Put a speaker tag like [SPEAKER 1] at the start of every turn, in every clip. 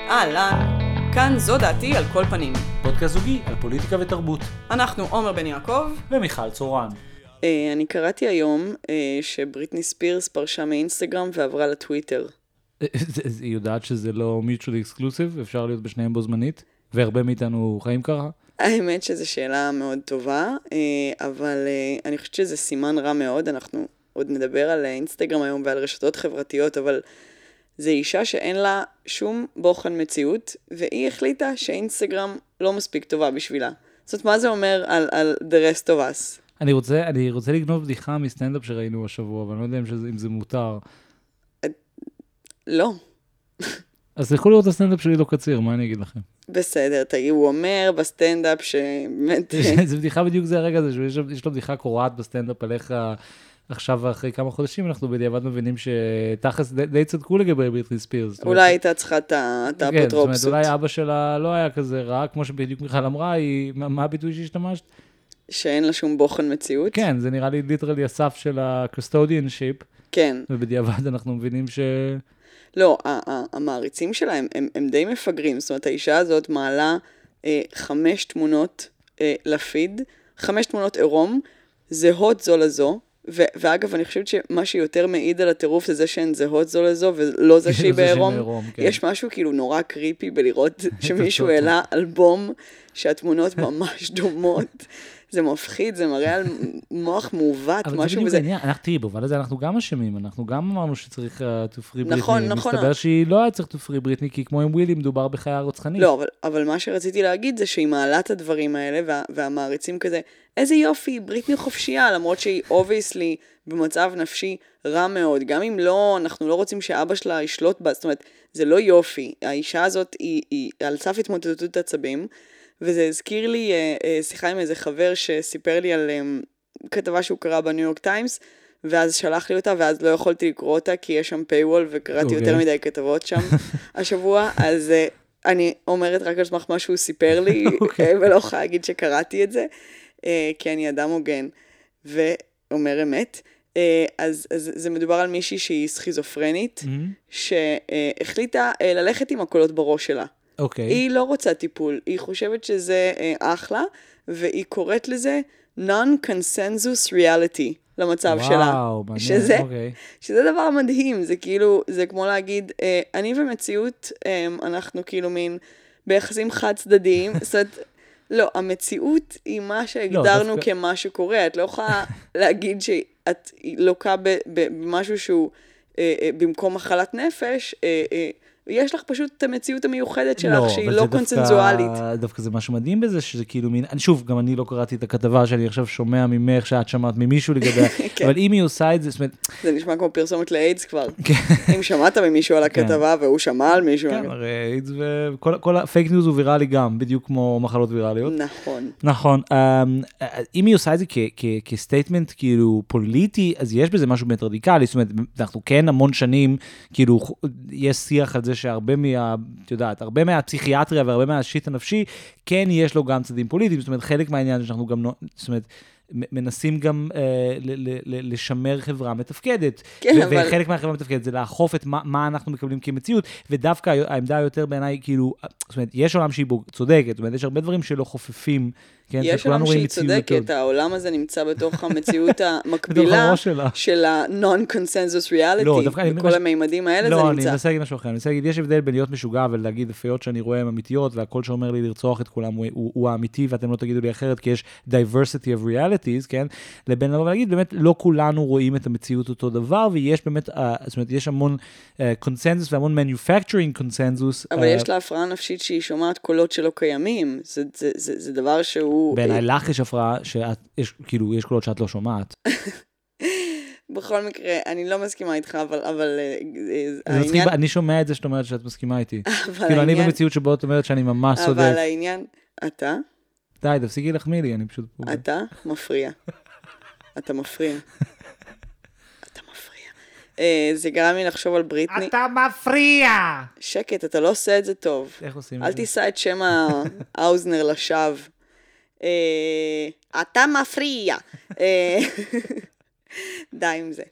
[SPEAKER 1] אהלן, כאן זו דעתי על כל פנים.
[SPEAKER 2] פודקאסט זוגי על פוליטיקה ותרבות.
[SPEAKER 1] אנחנו עומר בן יעקב.
[SPEAKER 2] ומיכל צורן.
[SPEAKER 1] אני קראתי היום שבריטני ספירס פרשה מאינסטגרם ועברה לטוויטר.
[SPEAKER 2] היא יודעת שזה לא mutually exclusive, אפשר להיות בשניהם בו זמנית, והרבה מאיתנו חיים ככה?
[SPEAKER 1] האמת שזו שאלה מאוד טובה, אבל אני חושבת שזה סימן רע מאוד. אנחנו עוד נדבר על אינסטגרם היום ועל רשתות חברתיות, אבל זו אישה שאין לה שום בוחן מציאות, והיא החליטה שאינסטגרם לא מספיק טובה בשבילה. זאת אומרת, מה זה אומר על the rest of us?
[SPEAKER 2] אני רוצה לגנוב בדיחה מסטנדאפ שראינו השבוע, אבל אני לא יודע אם זה מותר.
[SPEAKER 1] לא.
[SPEAKER 2] אז תלכו לראות את הסטנדאפ שלי לא קציר, מה אני אגיד לכם?
[SPEAKER 1] בסדר, הוא אומר בסטנדאפ שבאמת...
[SPEAKER 2] זה בדיחה בדיוק זה הרגע הזה, שיש לו בדיחה קורעת בסטנדאפ עליך עכשיו אחרי כמה חודשים, אנחנו בדיעבד מבינים שתכלס די צדקו לגבי בריטני ספירס.
[SPEAKER 1] אולי הייתה צריכה את האפוטרופסות.
[SPEAKER 2] כן, זאת אומרת, אולי אבא שלה לא היה כזה רע, כמו שבדיוק מיכל אמרה, מה הביטוי שהשתמשת?
[SPEAKER 1] שאין לה שום בוחן מציאות.
[SPEAKER 2] כן, זה נראה לי ליטרלי הסף של ה-custodianship.
[SPEAKER 1] כן.
[SPEAKER 2] ובדיעבד אנחנו מבינים ש...
[SPEAKER 1] לא, המעריצים שלהם הם די מפגרים. זאת אומרת, האישה הזאת מעלה 5 תמונות לפיד, 5 תמונות עירום, זהות זו לזו, ואגב, אני חושבת שמה שיותר מעיד על הטירוף זה שהן זהות זו לזו, ולא זה שהיא בעירום. יש משהו כאילו נורא קריפי בלראות שמישהו העלה אלבום שהתמונות ממש דומות. זה מפחיד, זה מראה על מוח מעוות, משהו וזה.
[SPEAKER 2] אבל זה בדיוק העניין, תראי, אבל לזה אנחנו גם אשמים, אנחנו גם אמרנו שצריך to free בריטני.
[SPEAKER 1] נכון.
[SPEAKER 2] מסתבר שהיא לא היה צריך to free בריטני, כי כמו עם ווילי מדובר בחיה רוצחנית.
[SPEAKER 1] לא, אבל מה שרציתי להגיד זה שהיא מעלה את הדברים האלה, והמעריצים כזה, איזה יופי, בריטני חופשייה, למרות שהיא obviously במצב נפשי רע מאוד, גם אם לא, אנחנו לא רוצים שאבא שלה ישלוט בה, זאת אומרת, זה לא יופי, האישה הזאת היא על סף התמוטטות עצבים, וזה הזכיר לי שיחה עם איזה חבר שסיפר לי על כתבה שהוא קרא בניו יורק טיימס, ואז שלח לי אותה, ואז לא יכולתי לקרוא אותה, כי יש שם paywall, וקראתי יותר מדי כתבות שם השבוע, אז אני אומרת רק על סמך מה שהוא סיפר לי, ולא יכולה להגיד שקראתי את זה, כי אני אדם הוגן, ואומר אמת. אז זה מדובר על מישהי שהיא סכיזופרנית, שהחליטה ללכת עם הקולות בראש שלה.
[SPEAKER 2] Okay.
[SPEAKER 1] היא לא רוצה טיפול, היא חושבת שזה אחלה, והיא קוראת לזה non-consensus reality למצב שלה. שזה דבר מדהים, זה כאילו, זה כמו להגיד, אני ומציאות, אנחנו כאילו מין ביחסים חד צדדיים, זאת אומרת, לא, המציאות היא מה שהגדרנו כמה שקורה, את לא יכולה להגיד שאת לוקה במשהו שהוא במקום מחלת נפש, יש לך פשוט את המציאות המיוחדת שלך, שהיא לא קונצנזואלית.
[SPEAKER 2] דווקא זה משהו מדהים בזה, שזה כאילו מין, שוב, גם אני לא קראתי את הכתבה שאני עכשיו שומע ממך, שאת שמעת ממישהו לגבי, אבל אם היא עושה את זה, זאת אומרת...
[SPEAKER 1] זה נשמע כמו פרסומת לאיידס כבר. אם שמעת ממישהו על הכתבה, והוא שמע על מישהו...
[SPEAKER 2] כן, הרי איידס וכל הפייק ניוז הוא ויראלי גם, בדיוק כמו מחלות ויראליות.
[SPEAKER 1] נכון.
[SPEAKER 2] נכון. אם היא עושה את זה כסטייטמנט כאילו פוליטי, אז יש בזה משהו באמת רדיקלי, זאת אומרת, אנחנו כן המון שנים, כאילו, יש שיח על זה שהרבה הרבה מהפסיכיאטריה והרבה מהשיט הנפשי, כן יש לו גם צדדים פוליטיים, זאת אומרת, חלק מהעניין שאנחנו גם, זאת אומרת, מנסים גם לשמר חברה מתפקדת.
[SPEAKER 1] כן,
[SPEAKER 2] וחלק מהחברה מתפקדת זה לאכוף את מה אנחנו מקבלים כמציאות, ודווקא העמדה היותר בעיניי, כאילו, זאת אומרת, יש עולם שהיא צודקת, זאת אומרת, יש הרבה דברים שלא חופפים, כן,
[SPEAKER 1] יש עולם שהיא צודקת, העולם הזה נמצא בתוך המציאות המקבילה של ה-non-consensus reality, בכל המימדים האלה זה נמצא.
[SPEAKER 2] לא, אני מנסה להגיד משהו אחר, אני מנסה להגיד, יש הבדל בין להיות משוגע ולהגיד הפיות שאני רואה הן אמיתיות, והכל שאומר לי לרצוח את כולם הוא האמיתי, ואתם לא תגידו לי אחרת, כי יש diversity of realities, כן, לבין לבוא ולהגיד, באמת לא כולנו רואים את המציאות אותו דבר, ויש באמת, זאת אומרת, יש המון consensus והמון manufacturing consensus.
[SPEAKER 1] אבל יש לה הפרעה נפשית שהיא שומעת קולות שלא קיימים, זה דבר שהוא
[SPEAKER 2] בעיניי לך יש הפרעה כאילו, יש קולות שאת לא שומעת.
[SPEAKER 1] בכל מקרה, אני לא מסכימה איתך, אבל העניין...
[SPEAKER 2] אני שומע את זה שאת אומרת שאת מסכימה איתי. כאילו, אני במציאות שבו את אומרת שאני ממש צודק.
[SPEAKER 1] אבל העניין... אתה?
[SPEAKER 2] די, תפסיקי לחמיא לי, אני פשוט...
[SPEAKER 1] אתה מפריע. אתה מפריע. זה גרם לי לחשוב על בריטני.
[SPEAKER 2] אתה מפריע!
[SPEAKER 1] שקט, אתה לא עושה את זה טוב.
[SPEAKER 2] איך עושים את זה?
[SPEAKER 1] אל תישא את שם האוזנר לשווא. אתה מפריע. די עם זה.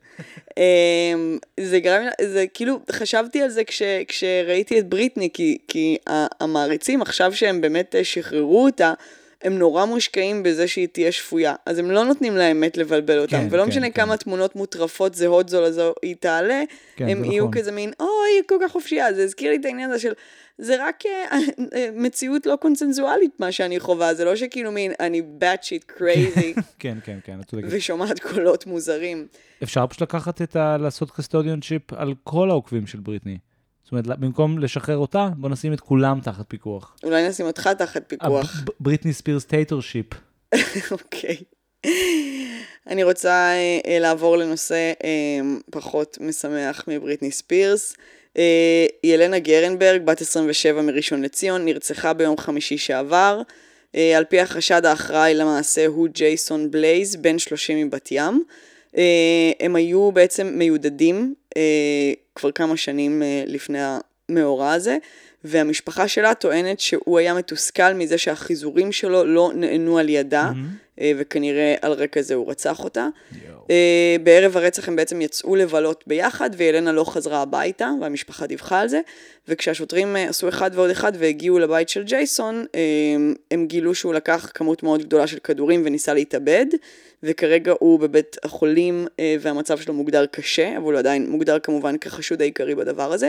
[SPEAKER 1] זה גרם, זה כאילו, חשבתי על זה כשראיתי את בריטני, כי המעריצים עכשיו שהם באמת שחררו אותה, הם נורא מושקעים בזה שהיא תהיה שפויה. אז הם לא נותנים לאמת לבלבל אותם.
[SPEAKER 2] כן,
[SPEAKER 1] ולא
[SPEAKER 2] כן,
[SPEAKER 1] משנה
[SPEAKER 2] כן.
[SPEAKER 1] כמה תמונות מוטרפות זהות זו לזו היא תעלה,
[SPEAKER 2] כן,
[SPEAKER 1] הם
[SPEAKER 2] זה
[SPEAKER 1] יהיו
[SPEAKER 2] נכון.
[SPEAKER 1] כזה מין, היא כל כך חופשייה. זה הזכיר לי את העניין הזה של, זה רק מציאות לא קונצנזואלית מה שאני חובה. זה לא שכאילו מין, אני bad shit crazy,
[SPEAKER 2] כן, כן, כן, את צודקת.
[SPEAKER 1] ושומעת קולות מוזרים.
[SPEAKER 2] אפשר פשוט לקחת לעשות קסטודיונשיפ על כל העוקבים של בריטני. זאת אומרת, במקום לשחרר אותה, בוא נשים את כולם תחת פיקוח.
[SPEAKER 1] אולי נשים אותך תחת פיקוח.
[SPEAKER 2] בריטני ספירס טייטורשיפ.
[SPEAKER 1] אוקיי. אני רוצה לעבור לנושא פחות משמח מבריטני ספירס. ילנה גרנברג, בת 27 מראשון לציון, נרצחה ביום חמישי שעבר. על פי החשד האחראי למעשה הוא ג'ייסון בלייז, בן 30 מבת ים. הם היו בעצם מיודדים כבר כמה שנים לפני המאורע הזה, והמשפחה שלה טוענת שהוא היה מתוסכל מזה שהחיזורים שלו לא נענו על ידה, וכנראה על רקע זה הוא רצח אותה. בערב הרצח הם בעצם יצאו לבלות ביחד, וילנה לא חזרה הביתה, והמשפחה דיווחה על זה, וכשהשוטרים עשו אחד ועוד אחד והגיעו לבית של ג'ייסון, הם גילו שהוא לקח כמות מאוד גדולה של כדורים וניסה להתאבד, וכרגע הוא בבית החולים, והמצב שלו מוגדר קשה, אבל הוא עדיין מוגדר כמובן כחשוד העיקרי בדבר הזה.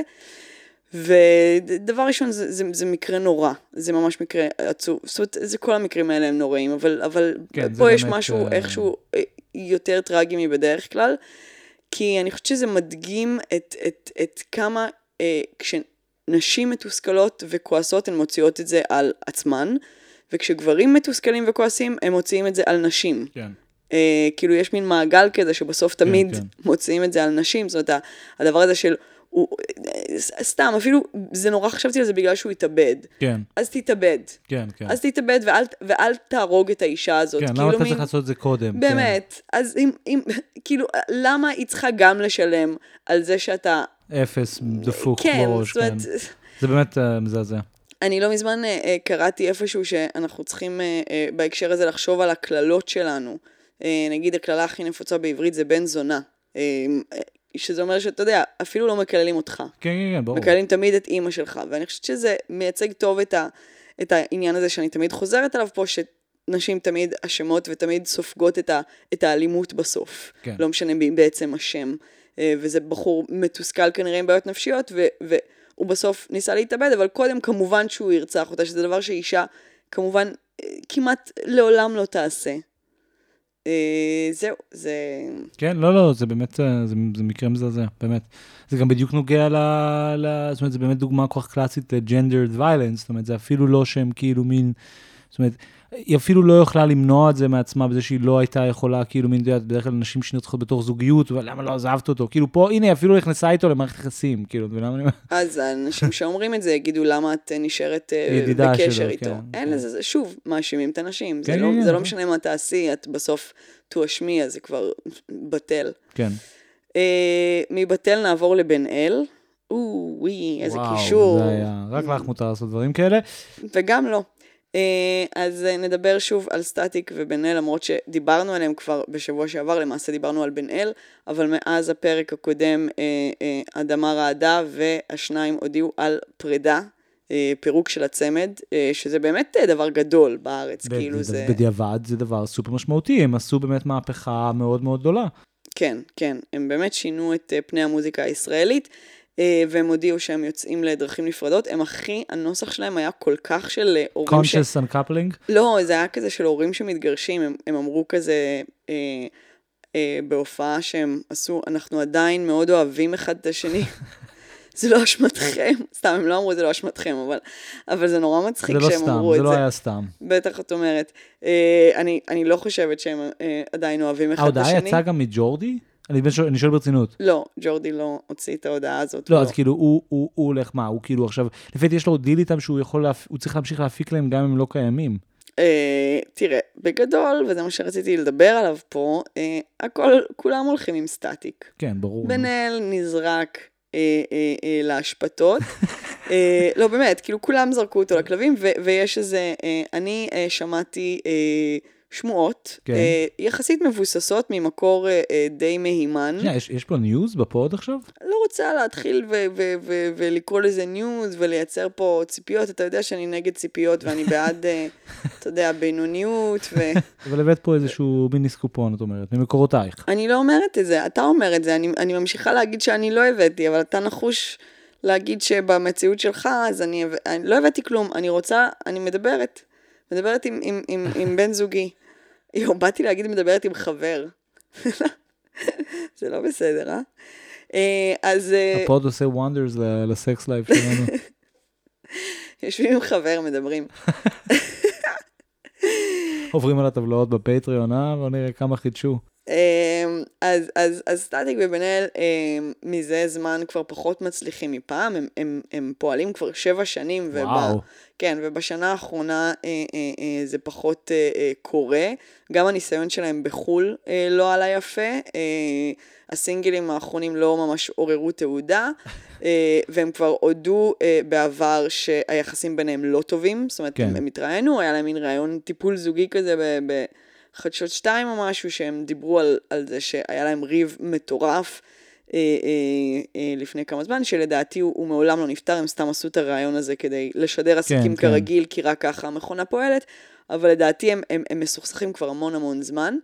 [SPEAKER 1] ודבר ראשון, זה מקרה נורא, זה ממש מקרה עצוב, זאת אומרת, זה כל המקרים האלה הם נוראים, אבל
[SPEAKER 2] כן,
[SPEAKER 1] פה יש משהו איכשהו יותר טרגי מבדרך כלל, כי אני חושבת שזה מדגים את כמה, כשנשים מתוסכלות וכועסות, הן מוציאות את זה על עצמן, וכשגברים מתוסכלים וכועסים, הם מוציאים את זה על נשים.
[SPEAKER 2] כן.
[SPEAKER 1] כאילו יש מין מעגל כזה, שבסוף תמיד מוציאים את זה על נשים, זאת אומרת, הדבר הזה של סתם, אפילו, זה נורא חשבתי על זה בגלל שהוא התאבד.
[SPEAKER 2] כן.
[SPEAKER 1] אז תתאבד.
[SPEAKER 2] כן, כן.
[SPEAKER 1] אז תתאבד ואל תהרוג את האישה הזאת.
[SPEAKER 2] כן, למה אתה צריך לעשות את זה קודם?
[SPEAKER 1] באמת. אז כאילו, למה היא צריכה גם לשלם על זה שאתה...
[SPEAKER 2] אפס, דפוק
[SPEAKER 1] כן,
[SPEAKER 2] בראש,
[SPEAKER 1] זאת אומרת...
[SPEAKER 2] זה באמת מזעזע.
[SPEAKER 1] אני לא מזמן קראתי איפשהו שאנחנו צריכים בהקשר הזה לחשוב על הכללות שלנו. נגיד, הכללה הכי נפוצה בעברית זה בן זונה. שזה אומר שאתה יודע, אפילו לא מקללים אותך.
[SPEAKER 2] כן, כן, כן, ברור.
[SPEAKER 1] מקללים תמיד את אימא שלך, ואני חושבת שזה מייצג טוב את העניין הזה שאני תמיד חוזרת עליו פה, שנשים תמיד אשמות ותמיד סופגות את האלימות בסוף.
[SPEAKER 2] כן.
[SPEAKER 1] לא משנה מי בעצם אשם. וזה בחור מתוסכל כנראה עם בעיות נפשיות, והוא בסוף ניסה להתאבד, אבל קודם כמובן שהוא ירצח אותה, שזה דבר שאישה כמובן כמעט לעולם לא תעשה. זהו, זה...
[SPEAKER 2] כן, לא, זה באמת, זה מקרה מזעזע, באמת. זה גם בדיוק נוגע זאת אומרת, זה באמת דוגמה כל כך קלאסית ל-gendered violence, זאת אומרת, זה אפילו לא שהם כאילו מין, זאת אומרת, היא אפילו לא יכלה למנוע את זה מעצמה, בזה שהיא לא הייתה יכולה, כאילו מין, בדרך כלל נשים שנרצחות בתוך זוגיות, ולמה לא עזבת אותו? כאילו פה, הנה, אפילו נכנסה איתו למערכת יחסים, כאילו, ולמה אני...
[SPEAKER 1] אז האנשים שאומרים את זה, יגידו למה את נשארת בקשר איתו. אין לזה, שוב, מאשימים את הנשים. זה לא משנה מה תעשי, את בסוף תואשמי, אז זה כבר בטל.
[SPEAKER 2] כן.
[SPEAKER 1] מבטל נעבור לבן אל. וואי, איזה קישור.
[SPEAKER 2] וואו, זה היה, רק לך מותר לעשות דברים כאלה.
[SPEAKER 1] וגם לא. אז נדבר שוב על סטטיק ובן אל, למרות שדיברנו עליהם כבר בשבוע שעבר, למעשה דיברנו על בן אל, אבל מאז הפרק הקודם אדמה רעדה והשניים הודיעו על פרידה, פירוק של הצמד, שזה באמת דבר גדול בארץ, כאילו זה...
[SPEAKER 2] בדיעבד זה דבר סופר משמעותי, הם עשו באמת מהפכה מאוד מאוד גדולה.
[SPEAKER 1] כן, כן, הם באמת שינו את פני המוזיקה הישראלית, והם הודיעו שהם יוצאים לדרכים נפרדות, הנוסח שלהם היה כל כך של הורים
[SPEAKER 2] Conscious uncoupling?
[SPEAKER 1] לא, זה היה כזה של הורים שמתגרשים, הם אמרו כזה בהופעה שהם עשו, אנחנו עדיין מאוד אוהבים אחד את השני, זה לא אשמתכם, סתם, הם לא אמרו זה לא אשמתכם, אבל זה נורא מצחיק שהם אמרו את זה.
[SPEAKER 2] זה לא היה סתם.
[SPEAKER 1] בטח את אומרת, אני לא חושבת שהם עדיין אוהבים אחד את השני.
[SPEAKER 2] ההודעה יצאה גם מג'ורדי? אני שואל ברצינות.
[SPEAKER 1] לא, ג'ורדי לא הוציא את ההודעה הזאת.
[SPEAKER 2] לא, אז כאילו, הוא הולך מה? הוא כאילו עכשיו, לפעמים יש לו דיל איתם שהוא צריך להמשיך להפיק להם גם אם הם לא קיימים.
[SPEAKER 1] תראה, בגדול, וזה מה שרציתי לדבר עליו פה, כולם הולכים עם סטטיק.
[SPEAKER 2] כן, ברור.
[SPEAKER 1] בן אל נזרק להשפטות. לא, באמת, כאילו כולם זרקו אותו לכלבים, ויש איזה, אני שמעתי שמועות,
[SPEAKER 2] כן.
[SPEAKER 1] יחסית מבוססות ממקור די מהימן.
[SPEAKER 2] יש פה ניוז בפוד עכשיו?
[SPEAKER 1] לא רוצה להתחיל ולקרוא לזה ניוז ולייצר פה ציפיות, אתה יודע שאני נגד ציפיות ואני בעד, אתה יודע, בינוניות
[SPEAKER 2] אבל הבאת פה איזשהו מיניס קופון, את אומרת, ממקורותייך.
[SPEAKER 1] אני לא אומרת את זה, אתה אומר את זה, אני ממשיכה להגיד שאני לא הבאתי, אבל אתה נחוש להגיד שבמציאות שלך, אז אני לא הבאתי כלום, אני מדברת עם בן זוגי. באתי להגיד מדברת עם חבר. זה לא בסדר, אז...
[SPEAKER 2] הפוד עושה וונדרס לסקס לייב שלנו.
[SPEAKER 1] יושבים עם חבר, מדברים.
[SPEAKER 2] עוברים על הטבלאות בפטריון, בואו נראה כמה חידשו.
[SPEAKER 1] אז סטטיק ובן-אל מזה זמן כבר פחות מצליחים מפעם, הם פועלים כבר 7 שנים,
[SPEAKER 2] וואו.
[SPEAKER 1] כן, ובשנה האחרונה זה פחות קורה, גם הניסיון שלהם בחול לא עלה יפה, הסינגלים האחרונים לא ממש עוררו תעודה, והם כבר הודו בעבר שהיחסים ביניהם לא טובים, זאת אומרת,
[SPEAKER 2] כן.
[SPEAKER 1] הם התראינו, היה להם מין רעיון טיפול זוגי כזה חדשות 2 או משהו, שהם דיברו על זה שהיה להם ריב מטורף לפני כמה זמן, שלדעתי הוא מעולם לא נפטר, הם סתם עשו את הרעיון הזה כדי לשדר עסקים כרגיל, כי רק ככה המכונה פועלת, אבל לדעתי הם מסוכסכים כבר המון זמן,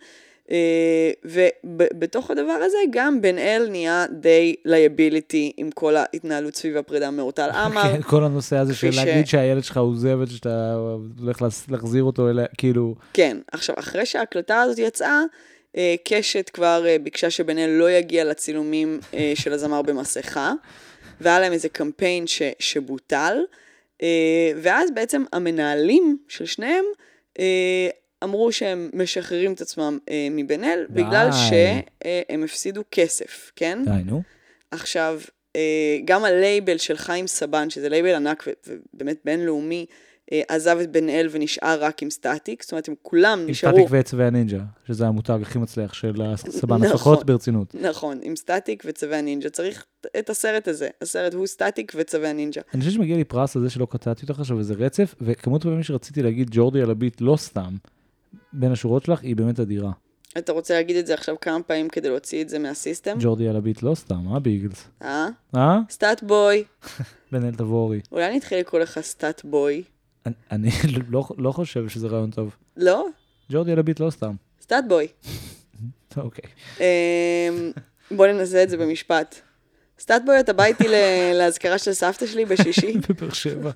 [SPEAKER 1] ובתוך הדבר הזה גם בן-אל נהיה די liability עם כל ההתנהלות סביב הפרידה מאורטל עמר.
[SPEAKER 2] כן, כל הנושא הזה של להגיד שהילד שלך הוא זבל, שאתה הולך להחזיר אותו אליה, כאילו...
[SPEAKER 1] כן, עכשיו, אחרי שההקלטה הזאת יצאה, קשת כבר ביקשה שבן-אל לא יגיע לצילומים של הזמר במסכה, והיה להם איזה קמפיין שבוטל, ואז בעצם המנהלים של שניהם אמרו שהם משחררים את עצמם מבן-אל, בגלל שהם הפסידו כסף, כן?
[SPEAKER 2] די, נו.
[SPEAKER 1] עכשיו, גם הלייבל של חיים סבן, שזה לייבל ענק ובאמת בינלאומי, עזב את בן-אל ונשאר רק עם סטטיק, זאת אומרת, הם כולם נשארו...
[SPEAKER 2] עם סטטיק וצווי הנינג'ה, שזה המותג הכי מצליח של סבן, לפחות ברצינות.
[SPEAKER 1] נכון, עם סטטיק וצווי הנינג'ה, צריך את הסרט הזה, הסרט הוא סטטיק וצווי הנינג'ה.
[SPEAKER 2] אני חושב שמגיע לי פרס על זה שלא קטעתי אותך עכשיו, וזה רצף, וכמות פעמים שרציתי להגיד ג'ורדי על הביט לא סתם, בין השורות שלך, היא באמת אדירה.
[SPEAKER 1] אתה רוצה להגיד את זה עכשיו כמה פעמים כדי להוציא את זה מהסיסטם?
[SPEAKER 2] ג'ורדי על הביט לא סתם, ביגלס? סטאט
[SPEAKER 1] בוי.
[SPEAKER 2] בן-אל תבורי.
[SPEAKER 1] אולי אני אתחיל לקרוא לך סטאט בוי?
[SPEAKER 2] אני לא חושב שזה רעיון טוב.
[SPEAKER 1] לא?
[SPEAKER 2] ג'ורדי על הביט לא סתם.
[SPEAKER 1] סטאט בוי.
[SPEAKER 2] אוקיי.
[SPEAKER 1] בוא ננסה את זה במשפט. סטאט בוי, אתה בא איתי להזכרה של סבתא שלי בשישי?
[SPEAKER 2] בבאר שבע.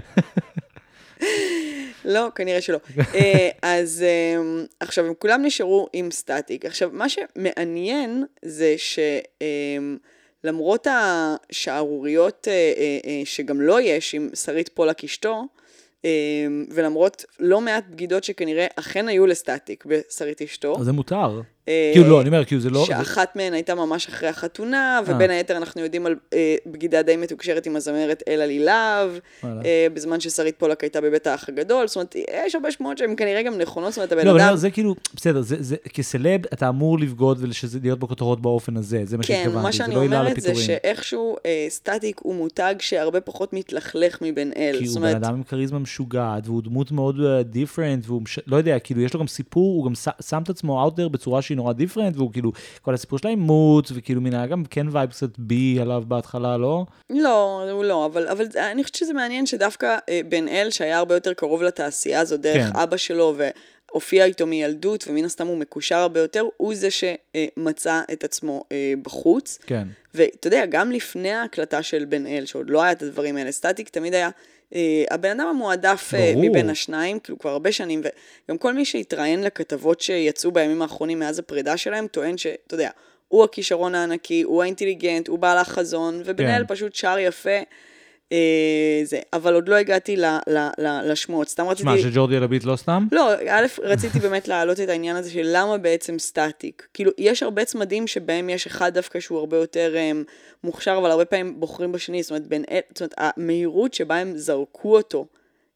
[SPEAKER 1] לא, כנראה שלא. אז עכשיו, הם כולם נשארו עם סטטיק. עכשיו, מה שמעניין זה שלמרות השערוריות שגם לא יש עם שרית פולק אשתו, ולמרות לא מעט בגידות שכנראה אכן היו לסטטיק בשרית אשתו.
[SPEAKER 2] זה מותר. כאילו לא, אני אומר, כאילו זה לא...
[SPEAKER 1] שאחת מהן הייתה ממש אחרי החתונה, ובין היתר אנחנו יודעים על בגידה די מתוקשרת עם הזמרת אלה לילב, בזמן ששרית פולק הייתה בבית האח הגדול, זאת אומרת, יש הרבה שמועות שהן כנראה גם נכונות, זאת אומרת, הבן אדם...
[SPEAKER 2] לא, זה כאילו, בסדר, כסלב אתה אמור לבגוד ולהיות בכותרות באופן הזה, זה מה שהתכוונתי,
[SPEAKER 1] כן, מה שאני אומרת זה שאיכשהו סטטיק הוא מותג שהרבה פחות מתלכלך מבן אל.
[SPEAKER 2] כי הוא בן אדם עם כריזמה משוגעת, והוא דמות מאוד דיפרנט, והוא לא יודע, כאילו יש לו גם סיפור, הוא גם שם את עצמו out there בצורה שהיא נורא דיפרנט, והוא כאילו, כל הסיפור שלה אימוץ, וכאילו מינה גם כן וייב קצת בי עליו בהתחלה, לא?
[SPEAKER 1] לא, הוא לא, אבל אני חושבת שזה מעניין שדווקא בן אל, שהיה הרבה יותר קרוב לתעשייה הזו, דרך אבא שלו, והופיע איתו מילדות, ומן הסתם הוא מקושר הרבה יותר, הוא זה שמצא את עצמו בחוץ. כן. ואתה יודע, גם לפני ההקלטה של בן אל, שעוד לא היה את הדברים האלה, סטטיק תמיד היה הבן אדם המועדף מבין השניים, כאילו כבר הרבה שנים, וגם כל מי שהתראיין לכתבות שיצאו בימים האחרונים מאז הפרידה שלהם, טוען שאתה יודע, הוא הכישרון הענקי, הוא האינטליגנט, הוא בעל החזון, ובן-אל פשוט שר יפה, אבל עוד לא הגעתי לשמועות, סתם רציתי...
[SPEAKER 2] שמה, שג'ורדי על הביט לא סתם?
[SPEAKER 1] לא, א', רציתי באמת להעלות את העניין הזה של למה בעצם סטטיק. כאילו, יש הרבה צמדים שבהם יש אחד דווקא שהוא הרבה יותר מוכשר, אבל הרבה פעמים בוחרים בשני, זאת אומרת, המהירות שבה הם זרקו אותו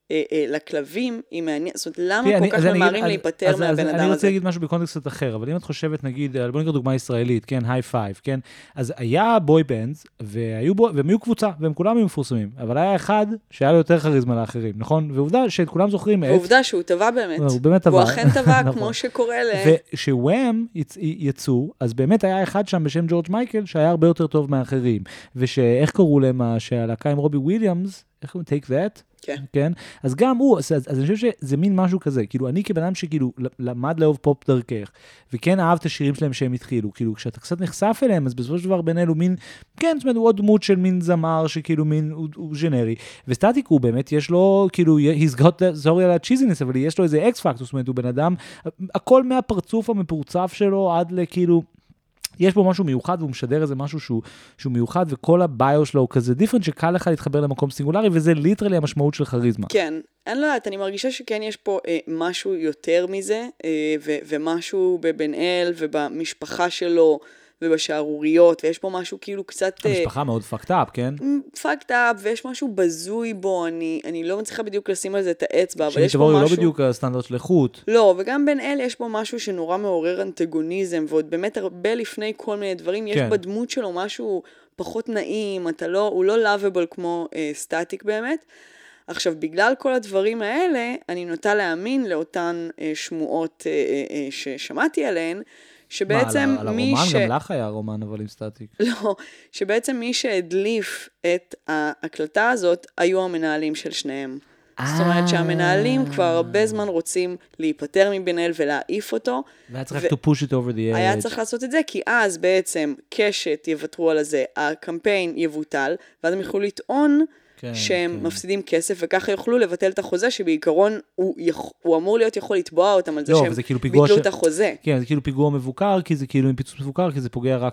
[SPEAKER 1] לכלבים, היא מעניינת, זאת אומרת, למה כל כך ממהרים להיפטר מהבן אדם הזה?
[SPEAKER 2] אני רוצה להגיד משהו בקונטקסט קצת אחר, אבל אם את חושבת, נגיד, בוא נקרא דוגמה ישראלית, כן, היי פייב, כן, אז היה בוי בנדס, והם היו קבוצה, והם כולם היו מפורסמים, אבל היה אחד שהיה לו יותר כריזמה לאחרים, נכון? ועובדה שאת כולם זוכרים
[SPEAKER 1] ועובדה שהוא טבע באמת.
[SPEAKER 2] הוא באמת טבע.
[SPEAKER 1] הוא אכן טבע, כמו שקורה
[SPEAKER 2] ושווהם יצאו, אז באמת היה אחד שם בשם ג'ורג' מייקל, שהיה הרבה יותר טוב מאחרים, ושאיך קראו להם, שהלהקה עם רובי וויליאמס, איך קוראים? Take That? כן. אז גם הוא, אז אני חושב שזה מין משהו כזה, כאילו אני כבנם שכאילו למד לאהוב פופ דרכך, וכן אהב את השירים שלהם שהם התחילו, כאילו כשאתה קצת נחשף אליהם, אז בסופו של דבר בין אלו מין, כן, זאת אומרת, הוא עוד דמות של מין זמר, שכאילו מין, הוא ג'נרי, וסטטיק הוא באמת, יש לו, כאילו, he's got, sorry על הצ'יזינס, אבל יש לו איזה אקס פקט, זאת אומרת, הוא בן אדם, הכל מהפרצוף המפורצף שלו, עד לכאילו, יש בו משהו מיוחד, והוא משדר איזה משהו שהוא מיוחד, וכל הביו שלו הוא כזה דיפרנט, שקל לך להתחבר למקום סינגולרי, וזה ליטרלי המשמעות של כריזמה.
[SPEAKER 1] כן, אני לא יודעת, אני מרגישה שכן יש פה משהו יותר מזה, ומשהו בבן אל, ובמשפחה שלו, ובשערוריות, ויש פה משהו כאילו קצת...
[SPEAKER 2] המשפחה מאוד fucked up, כן?
[SPEAKER 1] fucked up, ויש משהו בזוי בו, אני לא מצליחה בדיוק לשים על זה את האצבע, אבל יש פה
[SPEAKER 2] משהו...
[SPEAKER 1] לא
[SPEAKER 2] בדיוק הסטנדרט של איכות.
[SPEAKER 1] לא, וגם בין אלה יש פה משהו שנורא מעורר אנטגוניזם, ועוד באמת הרבה לפני כל מיני דברים, יש בדמות שלו משהו פחות נעים, הוא לא lovable כמו סטטיק באמת. עכשיו, בגלל כל הדברים האלה, אני נוטה להאמין לאותן שמועות ששמעתי עליהן, שבעצם
[SPEAKER 2] על הרומן? גם לך היה רומן, אבל עם סטטיק.
[SPEAKER 1] לא, שבעצם מי שהדליף את ההקלטה הזאת, היו המנהלים של שניהם. זאת אומרת שהמנהלים כבר הרבה זמן רוצים להיפטר מבן אל ולהעיף אותו.
[SPEAKER 2] והיה צריך to push it over the edge.
[SPEAKER 1] היה צריך לעשות את זה, כי אז בעצם קשת יוותרו על זה, הקמפיין יבוטל, ואז הם יכולו לטעון שהם מפסידים כסף, וככה יוכלו לבטל את החוזה, שבעיקרון הוא אמור להיות יכול לתבוע אותם על זה שהם ביטלו את החוזה.
[SPEAKER 2] כן, זה כאילו פיגוע מבוקר, כי זה כאילו עם פיצוץ מבוקר, כי זה פוגע רק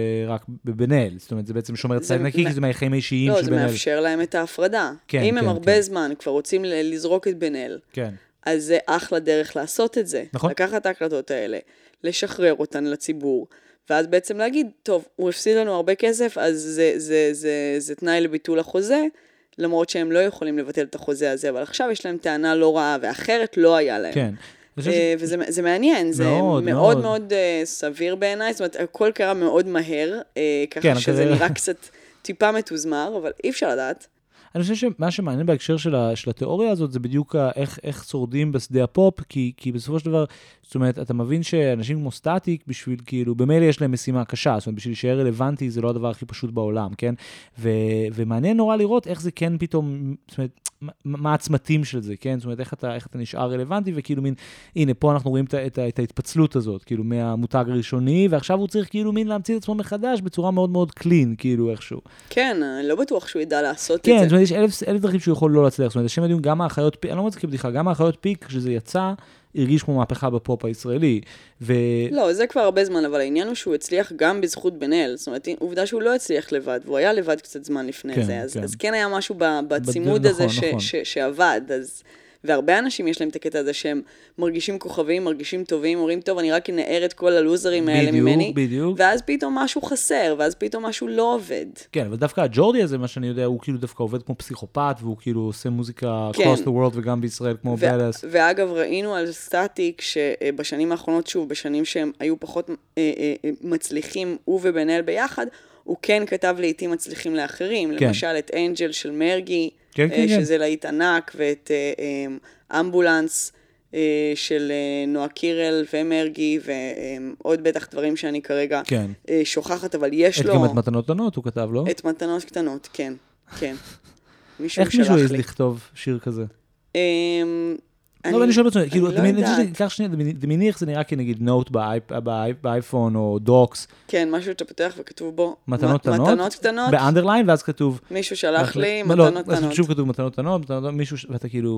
[SPEAKER 2] בבן אל. זאת אומרת, זה בעצם שומר את צייד נקי, כי זה מהחיים האישיים של בן אל.
[SPEAKER 1] לא, זה מאפשר להם את ההפרדה. אם הם הרבה זמן כבר רוצים לזרוק את בן אל, אז זה אחלה דרך לעשות את זה. לקחת את ההקלטות האלה, לשחרר אותן לציבור, ואז בעצם להגיד, טוב, הוא הפסיד לנו הרבה כסף, אז זה תנאי לביטול החוזה, למרות שהם לא יכולים לבטל את החוזה הזה, אבל עכשיו יש להם טענה לא רעה, ואחרת לא היה להם.
[SPEAKER 2] כן.
[SPEAKER 1] וזה מעניין, זה מאוד מאוד סביר בעיניי, זאת אומרת, הכל קרה מאוד מהר, ככה שזה נראה קצת טיפה מתוזמר, אבל אי אפשר לדעת.
[SPEAKER 2] אני חושב שמה שמעניין בהקשר של התיאוריה הזאת, זה בדיוק איך שורדים בשדה הפופ, כי בסופו של דבר, זאת אומרת, אתה מבין שאנשים כמו סטטיק, בשביל כאילו, במילא יש להם משימה קשה, זאת אומרת, בשביל שיהיה רלוונטי, זה לא הדבר הכי פשוט בעולם, כן? ומעניין נורא לראות איך זה כן פתאום, זאת אומרת, מה העצמתים של זה, כן? זאת אומרת, איך אתה נשאר רלוונטי, וכאילו מין, הנה, פה אנחנו רואים את ההתפצלות הזאת, כאילו, מהמותג הראשוני, ועכשיו הוא צריך כאילו מין להמציא את עצמו מחדש, בצורה מאוד מאוד קלין, כאילו, איכשהו.
[SPEAKER 1] כן, אני לא בטוח שהוא ידע לעשות את
[SPEAKER 2] זה. כן,
[SPEAKER 1] זאת אומרת,
[SPEAKER 2] יש אלף דרכים שהוא יכול לא להצליח. זאת אומרת, השם יודעים, גם האחיות פיק, אני לא מצליח בדיחה, גם האחיות פיק, כשזה יצא, הרגיש כמו מהפכה בפופ הישראלי.
[SPEAKER 1] לא, זה כבר הרבה זמן, אבל העניין הוא שהוא הצליח גם בזכות בן אל. זאת אומרת, עובדה שהוא לא הצליח לבד, והוא היה לבד קצת זמן לפני זה. אז כן היה משהו בצימוד הזה שעבד. והרבה אנשים יש להם את הקטע הזה שהם מרגישים כוכבים, מרגישים טובים, אומרים, טוב, אני רק אנער את כל הלוזרים האלה ממני, ואז פתאום משהו חסר, ואז פתאום משהו לא עובד.
[SPEAKER 2] כן, אבל דווקא הג'ורדי הזה, מה שאני יודע, הוא כאילו דווקא עובד כמו פסיכופת, והוא כאילו עושה מוזיקה across the world, וגם בישראל כמו בלס.
[SPEAKER 1] ואגב, ראינו על סטטיק, שבשנים האחרונות, שוב, בשנים שהם היו פחות מצליחים, הוא ובן אל ביחד, הוא כן כתב לעתים מצליחים לאחרים, למשל את אנג'ל של מרגי, שזה להיט ענק, ואת אמבולנס של נועה קירל ומרגי, ועוד בטח דברים שאני כרגע שוכחת, אבל יש לו...
[SPEAKER 2] גם את מתנות קטנות הוא כתב, לא?
[SPEAKER 1] את מתנות קטנות, כן, כן.
[SPEAKER 2] איך מישהו יעז לכתוב שיר כזה? לא, אני שואל בעצם, כאילו, דמייני איך זה נראה כנגיד נוט באייפון או דוקס.
[SPEAKER 1] כן, משהו שאתה פותח וכתוב בו
[SPEAKER 2] מתנות קטנות. באנדרליין, ואז כתוב...
[SPEAKER 1] מישהו שלח לי מתנות קטנות.
[SPEAKER 2] שוב כתוב מתנות קטנות, מישהו, ואתה כאילו,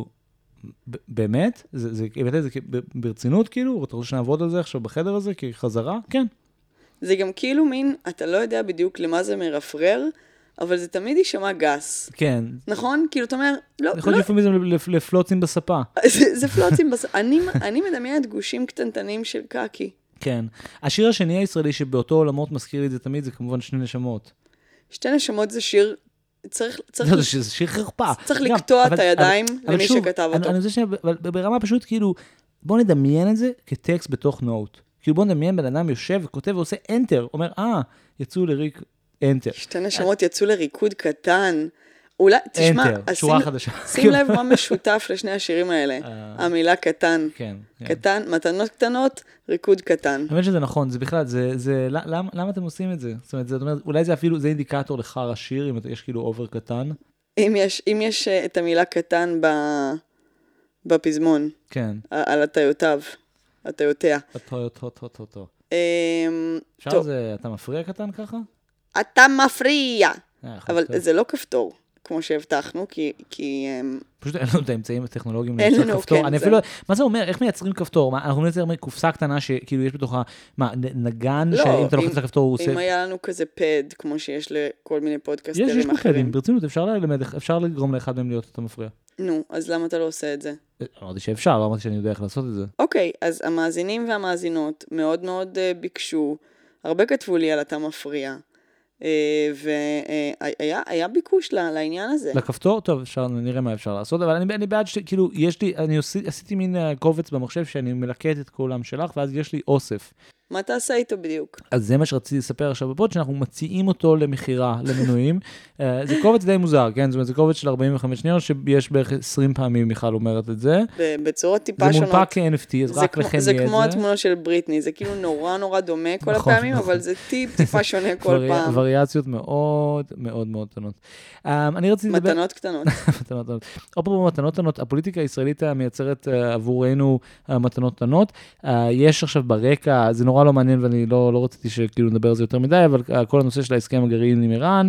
[SPEAKER 2] באמת? זה ברצינות כאילו? אתה רוצה שנעבוד על זה עכשיו בחדר הזה כחזרה? כן.
[SPEAKER 1] זה גם כאילו מין, אתה לא יודע בדיוק למה זה מרפרר, אבל זה תמיד יישמע גס.
[SPEAKER 2] כן.
[SPEAKER 1] נכון? כאילו, אתה אומר, לא...
[SPEAKER 2] יכול להיות לפעמים זה לפלוצים בספה.
[SPEAKER 1] זה פלוצים בספה. אני מדמיינת גושים קטנטנים של קקי.
[SPEAKER 2] כן. השיר השני הישראלי שבאותו עולמות מזכיר לי את זה תמיד, זה כמובן שני נשמות.
[SPEAKER 1] שתי נשמות זה שיר צריך
[SPEAKER 2] זה שיר חרפה.
[SPEAKER 1] צריך לקטוע את הידיים למי שכתב אותו.
[SPEAKER 2] אני חושב שברמה פשוט כאילו, בוא נדמיין את זה כטקסט בתוך נוט. כאילו בוא נדמיין בן אדם יושב וכותב ועושה enter, אומר, יצאו לריק enter.
[SPEAKER 1] שתי נשמות יצאו לריקוד קטן. אולי, תשמע,
[SPEAKER 2] שורה חדשה.
[SPEAKER 1] שים לב מה משותף לשני השירים האלה. המילה קטן.
[SPEAKER 2] כן.
[SPEAKER 1] קטן, מתנות קטנות, ריקוד קטן.
[SPEAKER 2] האמת שזה נכון, זה בכלל, למה אתם עושים את זה? זאת אומרת, אולי זה אפילו, זה אינדיקטור לחר השיר, אם יש כאילו אובר קטן.
[SPEAKER 1] אם יש את המילה קטן בפזמון.
[SPEAKER 2] כן.
[SPEAKER 1] על הטיותיו. הטיותיה.
[SPEAKER 2] הטיותו. אפשר זה, אתה מפריע קטן ככה?
[SPEAKER 1] אתה מפריע. אבל זה לא כפתור, כמו שהבטחנו, כי
[SPEAKER 2] פשוט אין לנו את האמצעים הטכנולוגיים לייצר כפתור. אני אפילו, מה זה אומר? איך מייצרים כפתור? אנחנו נייצר קופסה קטנה שכאילו יש בתוכה, נגן, שאם אתה לוחץ לכפתור הוא עושה...
[SPEAKER 1] אם היה לנו כזה פד, כמו שיש לכל מיני פודקאסטרים אחרים.
[SPEAKER 2] יש פדים, ברצינות, אפשר לגרום לאחד מהם להיות אתה מפריע.
[SPEAKER 1] נו, אז למה אתה לא עושה את זה?
[SPEAKER 2] אמרתי שאפשר, לא אמרתי שאני יודע איך לעשות את זה.
[SPEAKER 1] אוקיי, אז המאזינים והמאזינות מאוד מאוד ביקשו, הרבה כתבו לי על אתה מפריע. והיה ביקוש לעניין הזה.
[SPEAKER 2] לכפתור? טוב, נראה מה אפשר לעשות, אבל אני בעד שכאילו, אני עשיתי מין קובץ במחשב שאני מלקט את כולם שלך, ואז יש לי אוסף.
[SPEAKER 1] מה תעשה איתו בדיוק?
[SPEAKER 2] אז זה מה שרציתי לספר עכשיו בפוד, שאנחנו מציעים אותו למחירה, למנויים. זה קובץ די מוזר, כן? זאת אומרת, זה קובץ של 45 שניות, שיש בערך 20 פעמים מיכל אומרת את זה.
[SPEAKER 1] בצורות טיפה שונות.
[SPEAKER 2] זה מונפק כ-NFT, אז רק לכם יהיה את זה.
[SPEAKER 1] זה כמו התמונות של בריטני, זה כאילו נורא נורא דומה כל הפעמים, אבל זה טיפה שונה כל פעם.
[SPEAKER 2] וריאציות מאוד מאוד מאוד קטנות. אני רציתי לדבר...
[SPEAKER 1] מתנות קטנות.
[SPEAKER 2] מתנות קטנות. אפרופו מתנות קטנות, הפוליטיקה הישראלית מייצרת עבורנו מתנות קטנות. יש עכשיו ברקע, זה נורא לא מעניין, ואני לא רציתי שכאילו נדבר על זה יותר מדי, אבל כל הנושא של ההסכם הגרעין עם איראן,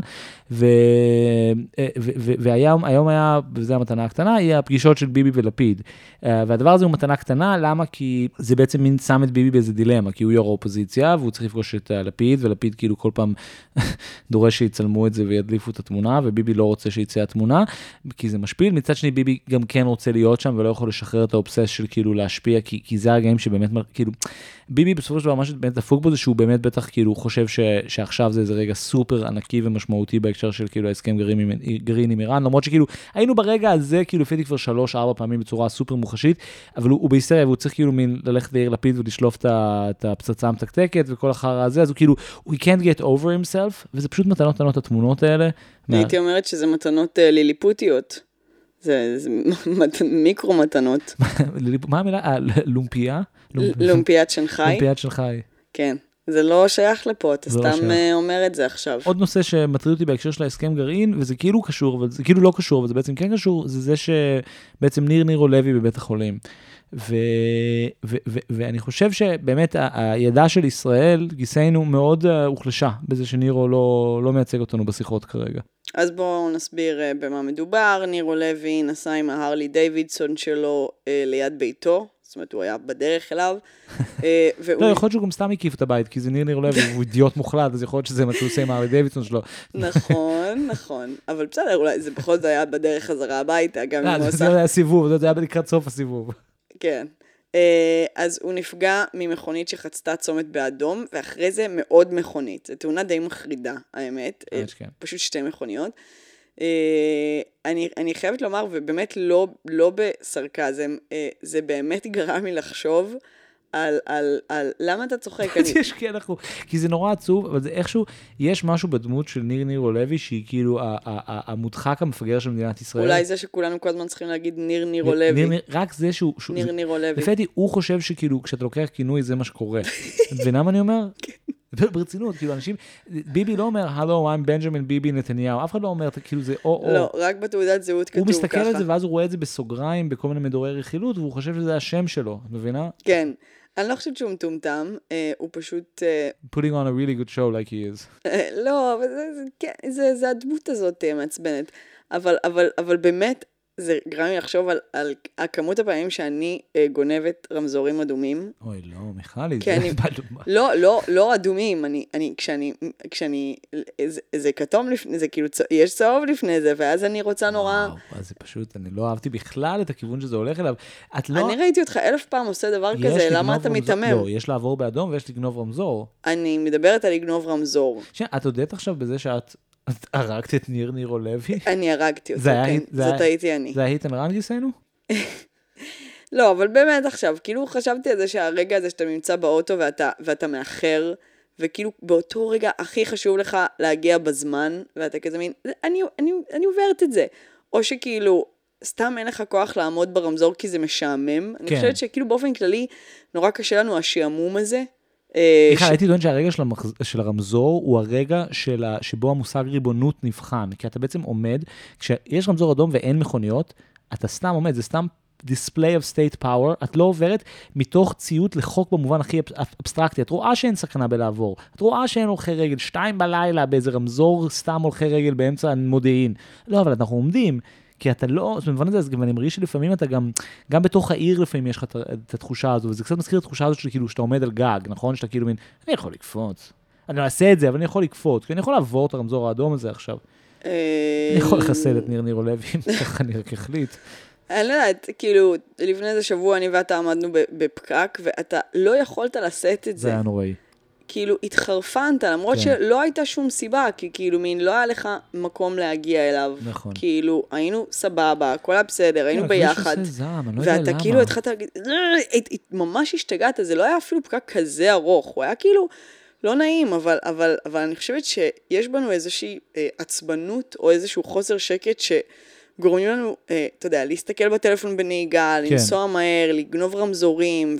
[SPEAKER 2] והיום היה, וזו המתנה הקטנה, יהיה הפגישות של ביבי ולפיד. והדבר הזה הוא מתנה קטנה, למה? כי זה בעצם מין שם את ביבי באיזה דילמה, כי הוא יו"ר האופוזיציה, והוא צריך לפגוש את לפיד, ולפיד כאילו כל פעם דורש שיצלמו את זה וידליפו את התמונה, וביבי לא רוצה שיצא התמונה, כי זה משפיל. מצד שני, ביבי גם כן רוצה להיות שם, ולא יכול לשחרר את האובסס של כאילו להשפיע, כי זה הרגעים שבאמת, כאילו, ביבי בסופו של דבר, מה שבאמת דפוק בו זה שהוא באמת בטח כאילו חושב שעכשיו זה איזה רגע סופר ענקי ומשמעותי בהקשר של כאילו ההסכם גרעין עם איראן, למרות שכאילו היינו ברגע הזה כאילו לפי כבר 3-4 פעמים בצורה סופר מוחשית, אבל הוא בהיסטריה והוא צריך כאילו ללכת ליאיר לפיד ולשלוף את הפצצה המתקתקת וכל אחר הזה, אז הוא כאילו, he can't get over himself, וזה פשוט מתנות התמונות האלה.
[SPEAKER 1] הייתי אומרת שזה מתנות ליליפוטיות. זה מיקרו מתנות.
[SPEAKER 2] מה המילה? לומפיה?
[SPEAKER 1] לומפיית שנגחאי.
[SPEAKER 2] לומפיית שנגחאי.
[SPEAKER 1] כן. זה לא שייך לפה, אתה סתם אומר את זה עכשיו.
[SPEAKER 2] עוד נושא שמטריד אותי בהקשר של ההסכם גרעין, וזה כאילו קשור, אבל זה כאילו לא קשור, אבל זה בעצם כן קשור, זה שבעצם ניר לוי בבית החולים. ואני חושב שבאמת הידע של ישראל, גיסנו מאוד הוחלשה, בזה שנירו לא מייצג אותנו בשיחות כרגע.
[SPEAKER 1] אז בואו נסביר במה מדובר. נירו לוי נסע עם ההרלי דיווידסון שלו ליד ביתו, זאת אומרת, הוא היה בדרך אליו.
[SPEAKER 2] לא, יכול להיות שהוא גם סתם הקיף את הבית, כי זה ניר לוי, הוא אידיוט מוחלט, אז יכול להיות שזה מה שהוא עושה עם ההרלי דיווידסון שלו.
[SPEAKER 1] נכון, אבל בסדר, אולי זה בכל זאת היה בדרך חזרה הביתה, גם אם הוא עושה...
[SPEAKER 2] זה היה סיבוב, זה היה לקראת סוף הסיבוב.
[SPEAKER 1] כן. אז הוא נפגע ממכונית שחצתה צומת באדום, ואחרי זה מאוד מכונית. זו תאונה די מחרידה, האמת. פשוט שתי מכוניות. אני חייבת לומר, ובאמת לא בסרקזם, זה באמת גרם לי לחשוב על למה אתה צוחק?
[SPEAKER 2] כי זה נורא עצוב, אבל זה איכשהו, יש משהו בדמות של ניר לוי, שהיא כאילו המודחק המפגר של מדינת ישראל.
[SPEAKER 1] אולי זה שכולנו כל הזמן צריכים להגיד ניר לוי.
[SPEAKER 2] רק זה שהוא...
[SPEAKER 1] ניר לוי.
[SPEAKER 2] לפי הוא חושב שכאילו, כשאתה לוקח כינוי, זה מה שקורה. ונמה אני אומר? ברצינות, כאילו אנשים, ביבי לא אומר, הלו, I'm בנג'מין ביבי נתניהו, אף אחד לא אומר, כאילו זה או.
[SPEAKER 1] לא, רק בתעודת זהות כתוב ככה.
[SPEAKER 2] הוא מסתכל על זה, ואז הוא רואה את זה בסוגריים, בכל מיני מדורי רכילות, והוא חושב שזה השם שלו, את מבינה?
[SPEAKER 1] כן. אני לא חושבת שהוא מטומטם, הוא פשוט...
[SPEAKER 2] putting on a really good show like he is.
[SPEAKER 1] לא, אבל זה הדמות הזאת מעצבנת. אבל באמת, זה גרם לי לחשוב על הכמות הפעמים שאני גונבת רמזורים אדומים.
[SPEAKER 2] אוי, לא, מיכלי,
[SPEAKER 1] לא אדומים, כשאני, זה כתום לפני, זה כאילו, יש צהוב לפני זה, ואז אני רוצה נורא...
[SPEAKER 2] וואו, זה פשוט, אני לא אהבתי בכלל את הכיוון שזה הולך אליו.
[SPEAKER 1] אני ראיתי אותך 1000 פעם עושה דבר כזה, למה אתה מתאמם?
[SPEAKER 2] לא, יש לעבור באדום ויש לגנוב רמזור.
[SPEAKER 1] אני מדברת על לגנוב רמזור.
[SPEAKER 2] את יודעת עכשיו בזה שאת את הרגת את ניר לוי?
[SPEAKER 1] אני הרגתי אותו, כן, זאת הייתי אני.
[SPEAKER 2] זה היית אנד רן גיסנו?
[SPEAKER 1] לא, אבל באמת עכשיו, כאילו חשבתי על זה שהרגע הזה שאתה נמצא באוטו ואתה מאחר, וכאילו באותו רגע הכי חשוב לך להגיע בזמן, ואתה כזה מין, אני עוברת את זה. או שכאילו, סתם אין לך כוח לעמוד ברמזור כי זה משעמם. אני חושבת שכאילו באופן כללי, נורא קשה לנו השעמום הזה.
[SPEAKER 2] הייתי טוען שהרגע של הרמזור הוא הרגע שבו המושג ריבונות נבחן, כי אתה בעצם עומד, כשיש רמזור אדום ואין מכוניות, אתה סתם עומד, זה סתם display of state power, את לא עוברת מתוך ציות לחוק במובן הכי אבסטרקטי, את רואה שאין סכנה בלעבור, את רואה שאין הולכי רגל, 2 בלילה באיזה רמזור, סתם הולכי רגל באמצע מודיעין, לא, אבל אנחנו עומדים, כי אתה לא, זאת אומרת, זה, ואני מרגיש שלפעמים אתה גם בתוך העיר לפעמים יש לך את התחושה הזו, וזה קצת מזכיר את התחושה הזו שכאילו, שאתה עומד על גג, נכון? שאתה כאילו מין, אני יכול לקפוץ, אני לא אעשה את זה, אבל אני יכול לקפוץ, כי אני יכול לעבור את הרמזור האדום הזה עכשיו. אני יכול לחסל את ניר לוי, ככה אני רק החליט.
[SPEAKER 1] אני לא יודעת, כאילו, לפני איזה שבוע אני ואתה עמדנו בפקק, ואתה לא יכולת לשאת את זה.
[SPEAKER 2] זה היה נוראי.
[SPEAKER 1] כאילו, התחרפנת, למרות שלא הייתה שום סיבה, כי כאילו, מין, לא היה לך מקום להגיע אליו.
[SPEAKER 2] נכון.
[SPEAKER 1] כאילו, היינו סבבה, הכל היה בסדר, היינו ביחד. ואתה כאילו התחלת להגיד, ממש השתגעת, זה לא היה אפילו פקק כזה ארוך, הוא היה כאילו לא נעים, אבל אני חושבת שיש בנו איזושהי עצבנות, או איזשהו חוסר שקט גורמים לנו, אתה יודע, להסתכל בטלפון בנהיגה, לנסוע מהר, לגנוב רמזורים,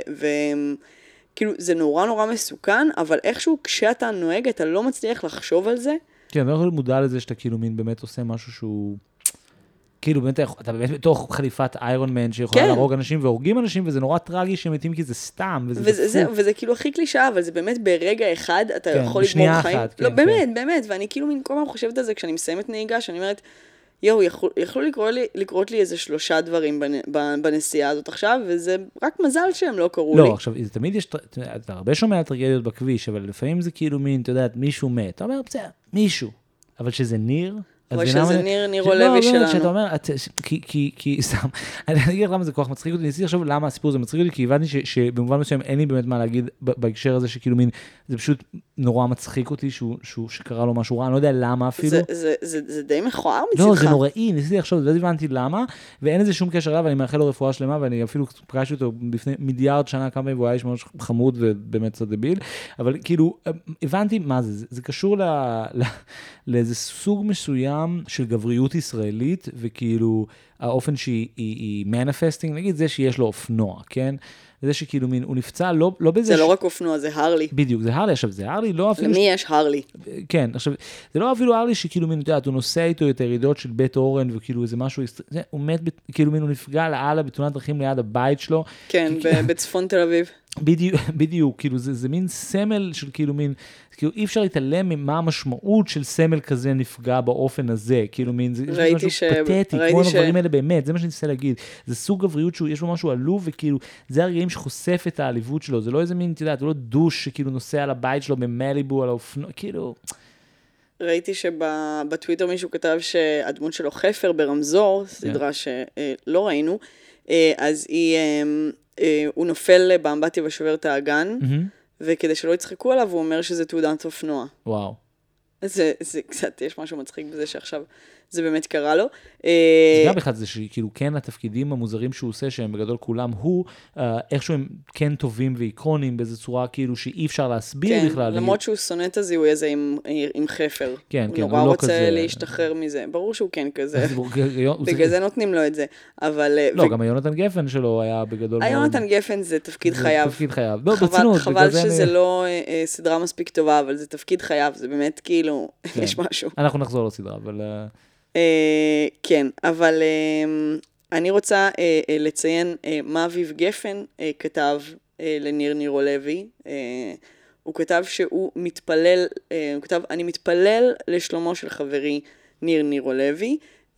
[SPEAKER 1] וכאילו, זה נורא נורא מסוכן, אבל איכשהו כשאתה נוהג, אתה לא מצליח לחשוב על זה.
[SPEAKER 2] כן, אני לא יכול מודע לזה שאתה כאילו מין באמת עושה משהו שהוא, כאילו באמת, אתה באמת בתוך חליפת איירון מן, שיכולה להרוג אנשים והורגים אנשים, וזה נורא טרגי שהם מתים כי זה סתם,
[SPEAKER 1] וזה כאילו הכי קלישה, אבל זה באמת ברגע אחד, אתה יכול לגמור חיים. לא, באמת, ואני כאילו מין כל פעם חושבת על זה, כשאני מסיימת נהיגה, שאני אומרת, יכלו לקרות לי איזה 3 דברים בנסיעה הזאת עכשיו, וזה רק מזל שהם לא קרו לי.
[SPEAKER 2] לא, עכשיו, תמיד יש, אתה הרבה שומע על טרגדיות בכביש, אבל לפעמים זה כאילו מין, אתה יודע, מישהו מת, אתה אומר, בסדר, מישהו, אבל שזה ניר,
[SPEAKER 1] אבל שזה ניר לוי שלנו.
[SPEAKER 2] שאתה אומר, כי סתם, אני אגיד למה זה כוח מצחיק אותי, ניסיתי עכשיו למה הסיפור הזה מצחיק אותי, כי הבנתי שבמובן מסוים אין לי באמת מה להגיד בהקשר הזה, שכאילו מין, זה פשוט נורא מצחיק אותי, שקרה לו משהו רע, אני לא יודע למה אפילו.
[SPEAKER 1] זה די מכוער מצדך.
[SPEAKER 2] לא, זה נוראי, ניסיתי עכשיו, ואז הבנתי למה, ואין לזה שום קשר אליו, ואני מאחל לו רפואה שלמה, ואני אפילו פגשתי אותו לפני מיליארד שנה כמה פעמים, והוא היה איש ממש חמוד ובאמת קצת דביל, אבל כאילו, הבנתי מה זה, זה קשור לאיזה סוג מסוים של גבריות ישראלית, וכאילו, האופן שהיא מניפסטינג, נגיד זה שיש לו אופנוע, כן? זה שכאילו מין, הוא נפצע לא בזה...
[SPEAKER 1] זה לא רק אופנוע, זה הרלי.
[SPEAKER 2] בדיוק, זה הרלי. עכשיו, זה הרלי לא אפילו...
[SPEAKER 1] למי יש הרלי?
[SPEAKER 2] כן, עכשיו, זה לא אפילו הרלי שכאילו מין, אתה יודע, הוא נוסע איתו את הירידות של בית אורן, וכאילו איזה משהו, הוא מת, כאילו מין, הוא נפגע לאללה בתאונת דרכים ליד הבית שלו.
[SPEAKER 1] כן, בצפון תל אביב.
[SPEAKER 2] בדיוק, כאילו זה מין סמל של כאילו מין, כאילו אי אפשר להתעלם ממה המשמעות של סמל כזה נפגע באופן הזה, כאילו מין, זה משהו פתטי, כמו הדברים האלה באמת, זה מה שאני רוצה להגיד, זה סוג גבריות שיש בו משהו עלוב, וכאילו זה הרגעים שחושף את העליבות שלו, זה לא איזה מין, אתה יודע, זה לא דוש שכאילו נוסע על הבית שלו במליבו, על האופנוע, כאילו... ראיתי
[SPEAKER 1] שבטוויטר מישהו כתב שהדמות שלו חפר ברמזור, סדרה שלא ראינו, אז הוא נופל באמבטיה ושובר את האגן, וכדי שלא יצחקו עליו, הוא אומר שזה תעודת אופנוע.
[SPEAKER 2] וואו.
[SPEAKER 1] זה קצת, יש משהו מצחיק בזה שעכשיו זה באמת קרה לו.
[SPEAKER 2] זה גם בכלל זה שכאילו כן התפקידים המוזרים שהוא עושה, שהם בגדול כולם הוא, איכשהו הם כן טובים ואיקרונים, באיזו צורה כאילו שאי אפר להסביר בכלל.
[SPEAKER 1] כן, למרות שהוא שונא את הזיהוי הזה עם חפר.
[SPEAKER 2] כן,
[SPEAKER 1] הוא נורא רוצה להשתחרר מזה. ברור שהוא כן כזה. בגלל זה נותנים לו את זה.
[SPEAKER 2] לא, גם היונתן גפן שלו היה בגדול.
[SPEAKER 1] היונתן גפן זה תפקיד חייו.
[SPEAKER 2] תפקיד חייו. ברצינות.
[SPEAKER 1] חבל שזה לא סדרה מספיק טובה, אבל זה תפקיד חייו. זה באמת כאילו, יש משהו.
[SPEAKER 2] אנחנו נחזור לסדרה, אבל...
[SPEAKER 1] כן, אבל אני רוצה לציין מה אביב גפן כתב לניר לוי. הוא כתב שהוא מתפלל, הוא כתב, אני מתפלל לשלומו של חברי ניר לוי,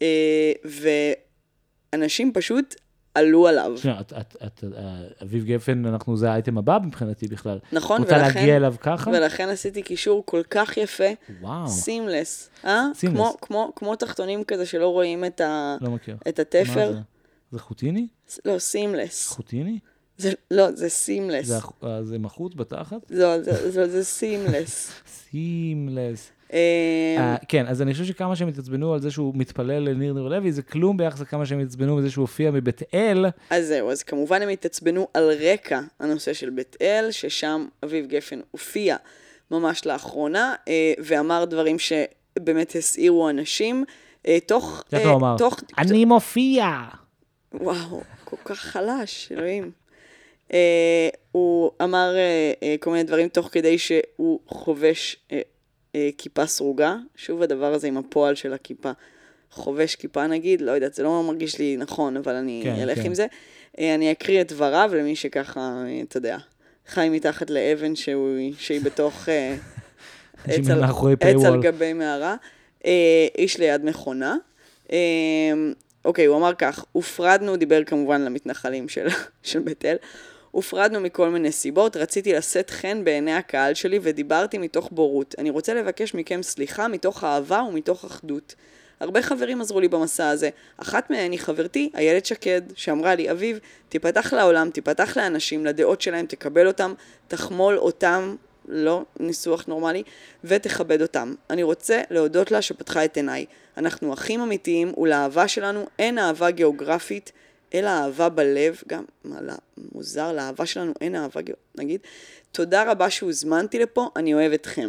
[SPEAKER 1] ואנשים פשוט עלו עליו.
[SPEAKER 2] אביב גפן, זה האייטם הבא מבחינתי בכלל.
[SPEAKER 1] נכון,
[SPEAKER 2] רוצה להגיע אליו ככה?
[SPEAKER 1] ולכן עשיתי קישור כל כך יפה.
[SPEAKER 2] וואו.
[SPEAKER 1] סימלס. כמו תחתונים כזה שלא רואים את התפר.
[SPEAKER 2] מה זה? זה חוטיני?
[SPEAKER 1] לא, סימלס.
[SPEAKER 2] חוטיני?
[SPEAKER 1] לא, זה סימלס.
[SPEAKER 2] זה מחוט בתחת?
[SPEAKER 1] לא, זה סימלס.
[SPEAKER 2] סימלס. כן, אז אני חושב שכמה שהם התעצבנו על זה שהוא מתפלל לניר לוי, זה כלום ביחס לכמה שהם התעצבנו בזה שהוא הופיע מבית אל.
[SPEAKER 1] אז זהו, אז כמובן הם התעצבנו על רקע הנושא של בית אל, ששם אביב גפן הופיע ממש לאחרונה, ואמר דברים שבאמת הסעירו אנשים, תוך...
[SPEAKER 2] אני מופיע.
[SPEAKER 1] וואו, כל כך חלש, אלוהים. הוא אמר כל מיני דברים תוך כדי שהוא חובש כיפה סרוגה, שוב הדבר הזה עם הפועל של הכיפה, חובש כיפה נגיד, לא יודעת, זה לא מרגיש לי נכון, אבל אני אלך עם זה. אני אקריא את דבריו למי שככה, אתה יודע, חי מתחת לאבן שהיא בתוך עץ על גבי מערה, איש ליד מכונה. אוקיי, הוא אמר כך, הופרדנו, דיבר כמובן למתנחלים של בית אל, הופרדנו מכל מיני סיבות, רציתי לשאת חן בעיני הקהל שלי ודיברתי מתוך בורות. אני רוצה לבקש מכם סליחה מתוך אהבה ומתוך אחדות. הרבה חברים עזרו לי במסע הזה. אחת מהן היא חברתי, איילת שקד, שאמרה לי, אביב, תיפתח לעולם, תיפתח לאנשים, לדעות שלהם, תקבל אותם, תחמול אותם, לא ניסוח נורמלי, ותכבד אותם. אני רוצה להודות לה שפתחה את עיניי. אנחנו אחים אמיתיים, ולאהבה שלנו אין אהבה גיאוגרפית, אלא אהבה בלב, גם מוזר, לאהבה שלנו אין אהבה גיאוגרפית, נגיד. תודה רבה שהוזמנתי לפה, אני אוהב אתכם.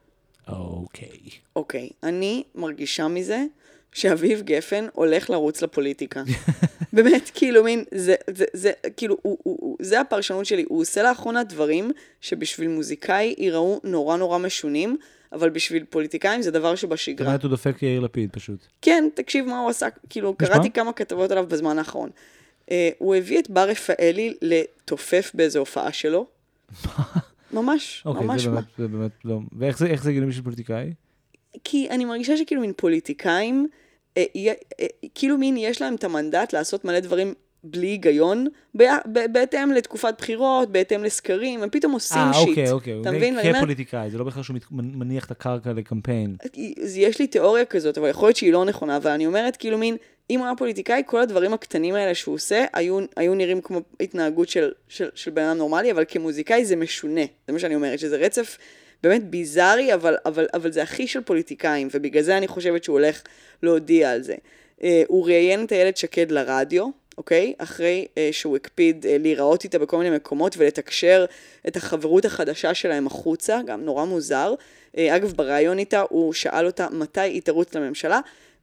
[SPEAKER 1] אוקיי, אני מרגישה מזה שאביב גפן הולך לרוץ לפוליטיקה. באמת, כאילו, כאילו, זה הפרשנות שלי. הוא עושה לאחרונה דברים שבשביל מוזיקאי ייראו נורא נורא משונים, אבל בשביל פוליטיקאים זה דבר שבשגרה.
[SPEAKER 2] זאת אומרת, הוא דופק יאיר לפיד פשוט.
[SPEAKER 1] כן, תקשיב מה הוא עשה, כאילו, קראתי כמה כתבות עליו בזמן האחרון. הוא הביא את בר רפאלי לתופף באיזו הופעה שלו. ממש, ממש.
[SPEAKER 2] אוקיי, זה באמת לא. ואיך זה גילים של פוליטיקאי?
[SPEAKER 1] כי אני מרגישה שכאילו מין פוליטיקאים, כאילו מין יש להם את המנדט לעשות מלא דברים בלי היגיון, בהתאם לתקופת בחירות, בהתאם לסקרים, הם פתאום עושים שיט.
[SPEAKER 2] אוקיי.
[SPEAKER 1] אתה מבין?
[SPEAKER 2] כפוליטיקאי, זה לא בכלל שהוא מניח את הקרקע לקמפיין.
[SPEAKER 1] יש לי תיאוריה כזאת, אבל יכול להיות שהיא לא נכונה, אבל אני אומרת כאילו מין, אם הוא היה פוליטיקאי, כל הדברים הקטנים האלה שהוא עושה, היו נראים כמו התנהגות של בן אדם נורמלי, אבל כמוזיקאי זה משונה. זה מה שאני אומרת, שזה רצף באמת ביזארי, אבל זה הכי של פוליטיקאים, ובגלל זה אני חושבת שהוא הולך להודיע על זה. הוא ראיין את איילת שקד לרדיו, אוקיי? אחרי שהוא הקפיד להיראות איתה בכל מיני מקומות ולתקשר את החברות החדשה שלהם החוצה, גם נורא מוזר. אגב, בראיון איתה הוא שאל אותה מתי היא תרוץ לממשלה,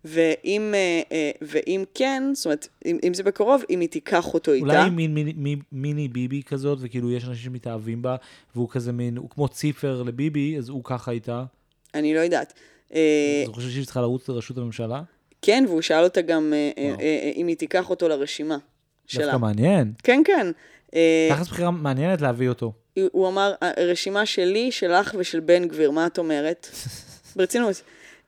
[SPEAKER 1] ואם כן, זאת אומרת, אם זה בקרוב, אם היא תיקח אותו איתה.
[SPEAKER 2] אולי מיני ביבי כזאת, וכאילו יש אנשים שמתאהבים בה, והוא כזה מין, הוא כמו ציפר לביבי, אז הוא ככה איתה.
[SPEAKER 1] אני לא יודעת.
[SPEAKER 2] אז הוא חושב שהיא צריכה לרוץ לראשות הממשלה?
[SPEAKER 1] כן, והוא שאל אותה גם אם היא תיקח אותו לרשימה שלה.
[SPEAKER 2] דווקא מעניין.
[SPEAKER 1] כן, כן.
[SPEAKER 2] תחת בחירה מעניינת להביא אותו. הוא
[SPEAKER 1] אמר, הרשימה שלי, שלך ושל בן גביר, מה את אומרת? ברצינות.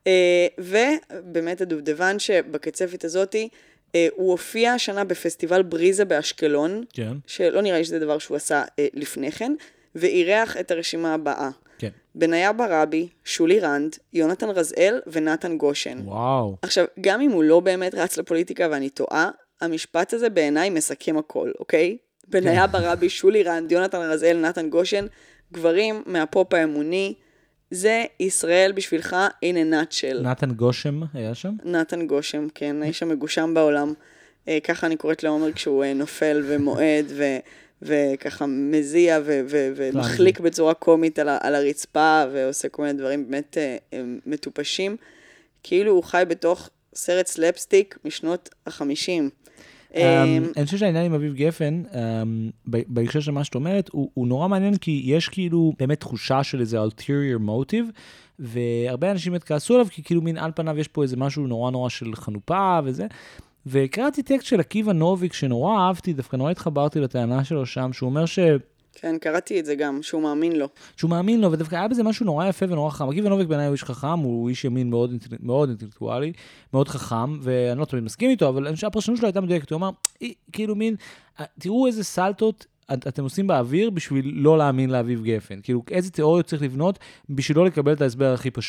[SPEAKER 1] ובאמת הדובדבן שבקצפת הזאת, הוא הופיע השנה בפסטיבל בריזה באשקלון,
[SPEAKER 2] כן.
[SPEAKER 1] שלא נראה לי שזה דבר שהוא עשה לפני כן, ואירח את הרשימה הבאה.
[SPEAKER 2] כן.
[SPEAKER 1] בניה ברבי, שולי רנד, יונתן רזאל ונתן גושן.
[SPEAKER 2] וואו.
[SPEAKER 1] עכשיו, גם אם הוא לא באמת רץ לפוליטיקה ואני טועה, המשפט הזה בעיניי מסכם הכל, אוקיי? בניה ברבי, שולי רנד, יונתן רזאל, נתן גושן, גברים מהפופ האמוני, זה ישראל בשבילך in a nutshell.
[SPEAKER 2] נתן גושם היה שם?
[SPEAKER 1] נתן גושם, כן, האיש המגושם בעולם. ככה אני קוראת לעומר כשהוא נופל ומועד וככה מזיע ומחליק בצורה קומית על הרצפה ועושה כל מיני דברים באמת מטופשים. כאילו הוא חי בתוך סרט סלפסטיק משנות ה-50.
[SPEAKER 2] אני חושב שהעניין עם אביב גפן, בהקשר של מה שאת אומרת, הוא נורא מעניין, כי יש כאילו באמת תחושה של איזה ulterior motive, והרבה אנשים התכעסו עליו, כי כאילו מין על פניו יש פה איזה משהו נורא נורא של חנופה וזה, וקראתי טקסט של עקיבא נוביק, שנורא אהבתי, דווקא נורא התחברתי לטענה שלו שם, שהוא אומר
[SPEAKER 1] כן, קראתי את זה גם, שהוא מאמין לו.
[SPEAKER 2] שהוא מאמין לו, ודווקא היה בזה משהו נורא יפה ונורא חכם. עקיבא נוביק בעיניי הוא איש חכם, הוא איש ימין מאוד אינטלקטואלי, מאוד חכם, ואני לא תמיד מסכים איתו, אבל הפרשנות שלו הייתה מדויקת. הוא אמר, כאילו מין, תראו איזה סלטות אתם עושים באוויר בשביל לא להאמין לאביב גפן. כאילו, איזה תיאוריות צריך לבנות בשביל לא לקבל את ההסבר הכי פשוט.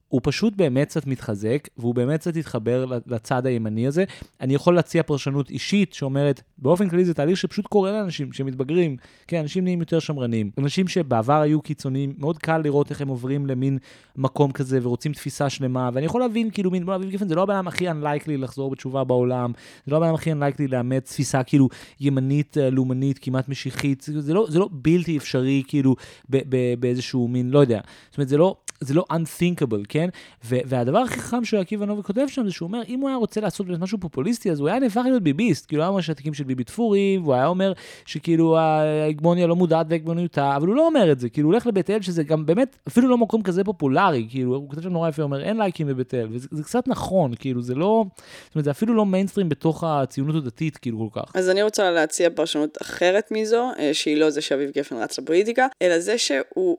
[SPEAKER 2] הוא פשוט באמת קצת מתחזק, והוא באמת קצת התחבר לצד הימני הזה. אני יכול להציע פרשנות אישית שאומרת, באופן כללי זה תהליך שפשוט קורה לאנשים שמתבגרים, כן, אנשים נהיים יותר שמרנים. אנשים שבעבר היו קיצוניים, מאוד קל לראות איך הם עוברים למין מקום כזה, ורוצים תפיסה שלמה, ואני יכול להבין, כאילו, מין, אביב גפן, זה לא הבן הכי unlikely לחזור בתשובה בעולם, זה לא הבן הכי unlikely לאמץ תפיסה, כאילו, ימנית, לאומנית, כמעט משיחית, זה לא בלתי אפשרי, כאילו, באיזשהו מין, לא יודע. זאת אומרת, זה לא unthinkable, כן? והדבר הכי חכם שעקיבא נוביק כותב שם, זה שהוא אומר, אם הוא היה רוצה לעשות משהו פופוליסטי, אז הוא היה נהפך להיות ביביסט, כאילו, היה אומר שהתיקים של ביבי תפורים, והוא היה אומר שכאילו ההגמוניה לא מודעת והגמוניותה, אבל הוא לא אומר את זה, כאילו, הוא הולך לבית אל, שזה גם באמת, אפילו לא מקום כזה פופולרי, כאילו, הוא כותב שם נורא יפה, הוא אומר, אין לייקים בבית אל, וזה קצת נכון, כאילו, זה לא, זאת אומרת, זה אפילו לא מיינסטרים בתוך הציונות הדתית, כאילו, כל כך.
[SPEAKER 1] אז אני רוצה להציע פרשנות אחרת מזו, שהיא לא זה שאביב גפן רץ לפוליטיקה, אלא זה שהוא,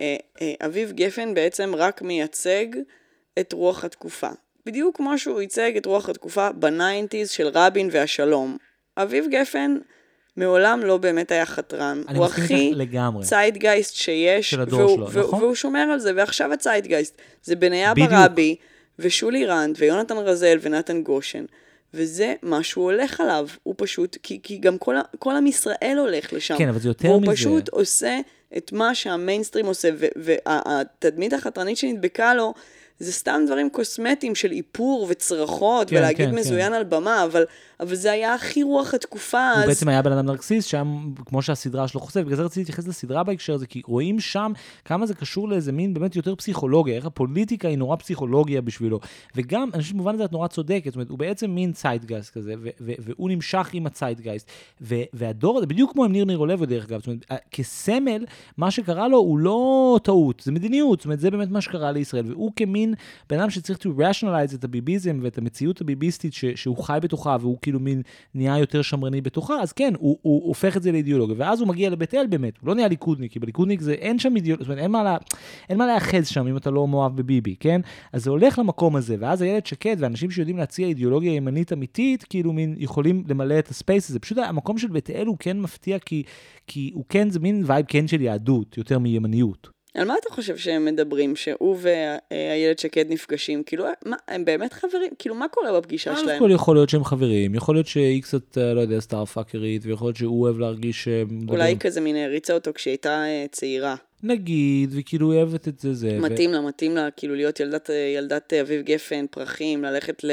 [SPEAKER 1] אביב גפן בעצם רק מייצג את רוח התקופה. בדיוק כמו שהוא ייצג את רוח התקופה בניינטיז של רבין והשלום. אביב גפן מעולם לא באמת היה חתרן. הוא הכי ציידגייסט שיש, והוא שומר על זה, ועכשיו הציידגייסט זה בניה ברבי, ושולי רנד, ויונתן רזל, ונתן גושן. וזה מה שהוא הולך עליו. הוא פשוט, כי גם כל עם ישראל הולך לשם.
[SPEAKER 2] כן, אבל זה יותר מזה.
[SPEAKER 1] והוא פשוט עושה את מה שהמיינסטרים עושה, והתדמית החתרנית שנדבקה לו, זה סתם דברים קוסמטיים של איפור וצרחות, ולהגיד מזוין על במה, אבל זה היה הכי רוח התקופה.
[SPEAKER 2] הוא בעצם היה בן אדם נרקסיסט, שם, כמו שהסדרה שלו חושף, בגלל זה רציתי להתייחס לסדרה בהקשר הזה, כי רואים שם כמה זה קשור לאיזה מין באמת יותר פסיכולוגיה, איך הפוליטיקה היא נורא פסיכולוגיה בשבילו, וגם, אני חושב במובן הזה את נורא צודקת, זאת אומרת, הוא בעצם מין ציידגייסט כזה, והוא נמשך עם הציידגייסט, והדור הזה, בדיוק כמו עם ניר רולבו דרך אגב, זאת אומרת, כסמל, מה שקרה לו הוא לא טעות, זה מדיניות, זאת אומרת, זה באמת מה שקרה לישראל, והוא כמין בן אדם שצריך to rationalize את הביביזם ואת המציאות הביביסטית שהוא חי בתוכה, והוא כאילו מין נהיה יותר שמרני בתוכה, אז כן, הוא הופך את זה לאידיאולוגיה, ואז הוא מגיע לבית אל באמת, הוא לא נהיה ליכודניק, כי בליכודניק זה אין שם אידיאולוגיה, זאת אומרת, אין מה להאחז שם אם אתה לא מאוהב בביבי, כן? אז זה הולך למקום הזה, ואז הילד שקט, ואנשים שיודעים להציע אידיאולוגיה ימנית אמיתית, כאילו מין יכולים למלא את הספייס הזה, פשוט המקום של בית אל הוא כן מפתיע, כי הוא כן, זה מין וייב כן של יהדות, יותר מימניות.
[SPEAKER 1] על מה אתה חושב שהם מדברים, שהוא והילד שקד נפגשים? כאילו, הם באמת חברים? כאילו, מה קורה בפגישה שלהם?
[SPEAKER 2] כל יכול להיות שהם חברים, יכול להיות שהיא קצת, לא יודע, סטאר פאקרית, ויכול להיות שהוא אוהב להרגיש...
[SPEAKER 1] אולי כזה מין הריצה אותו כשהיא הייתה צעירה.
[SPEAKER 2] נגיד, וכאילו אוהבת את זה.
[SPEAKER 1] מתאים לה, כאילו להיות ילדת אביב גפן, פרחים, ללכת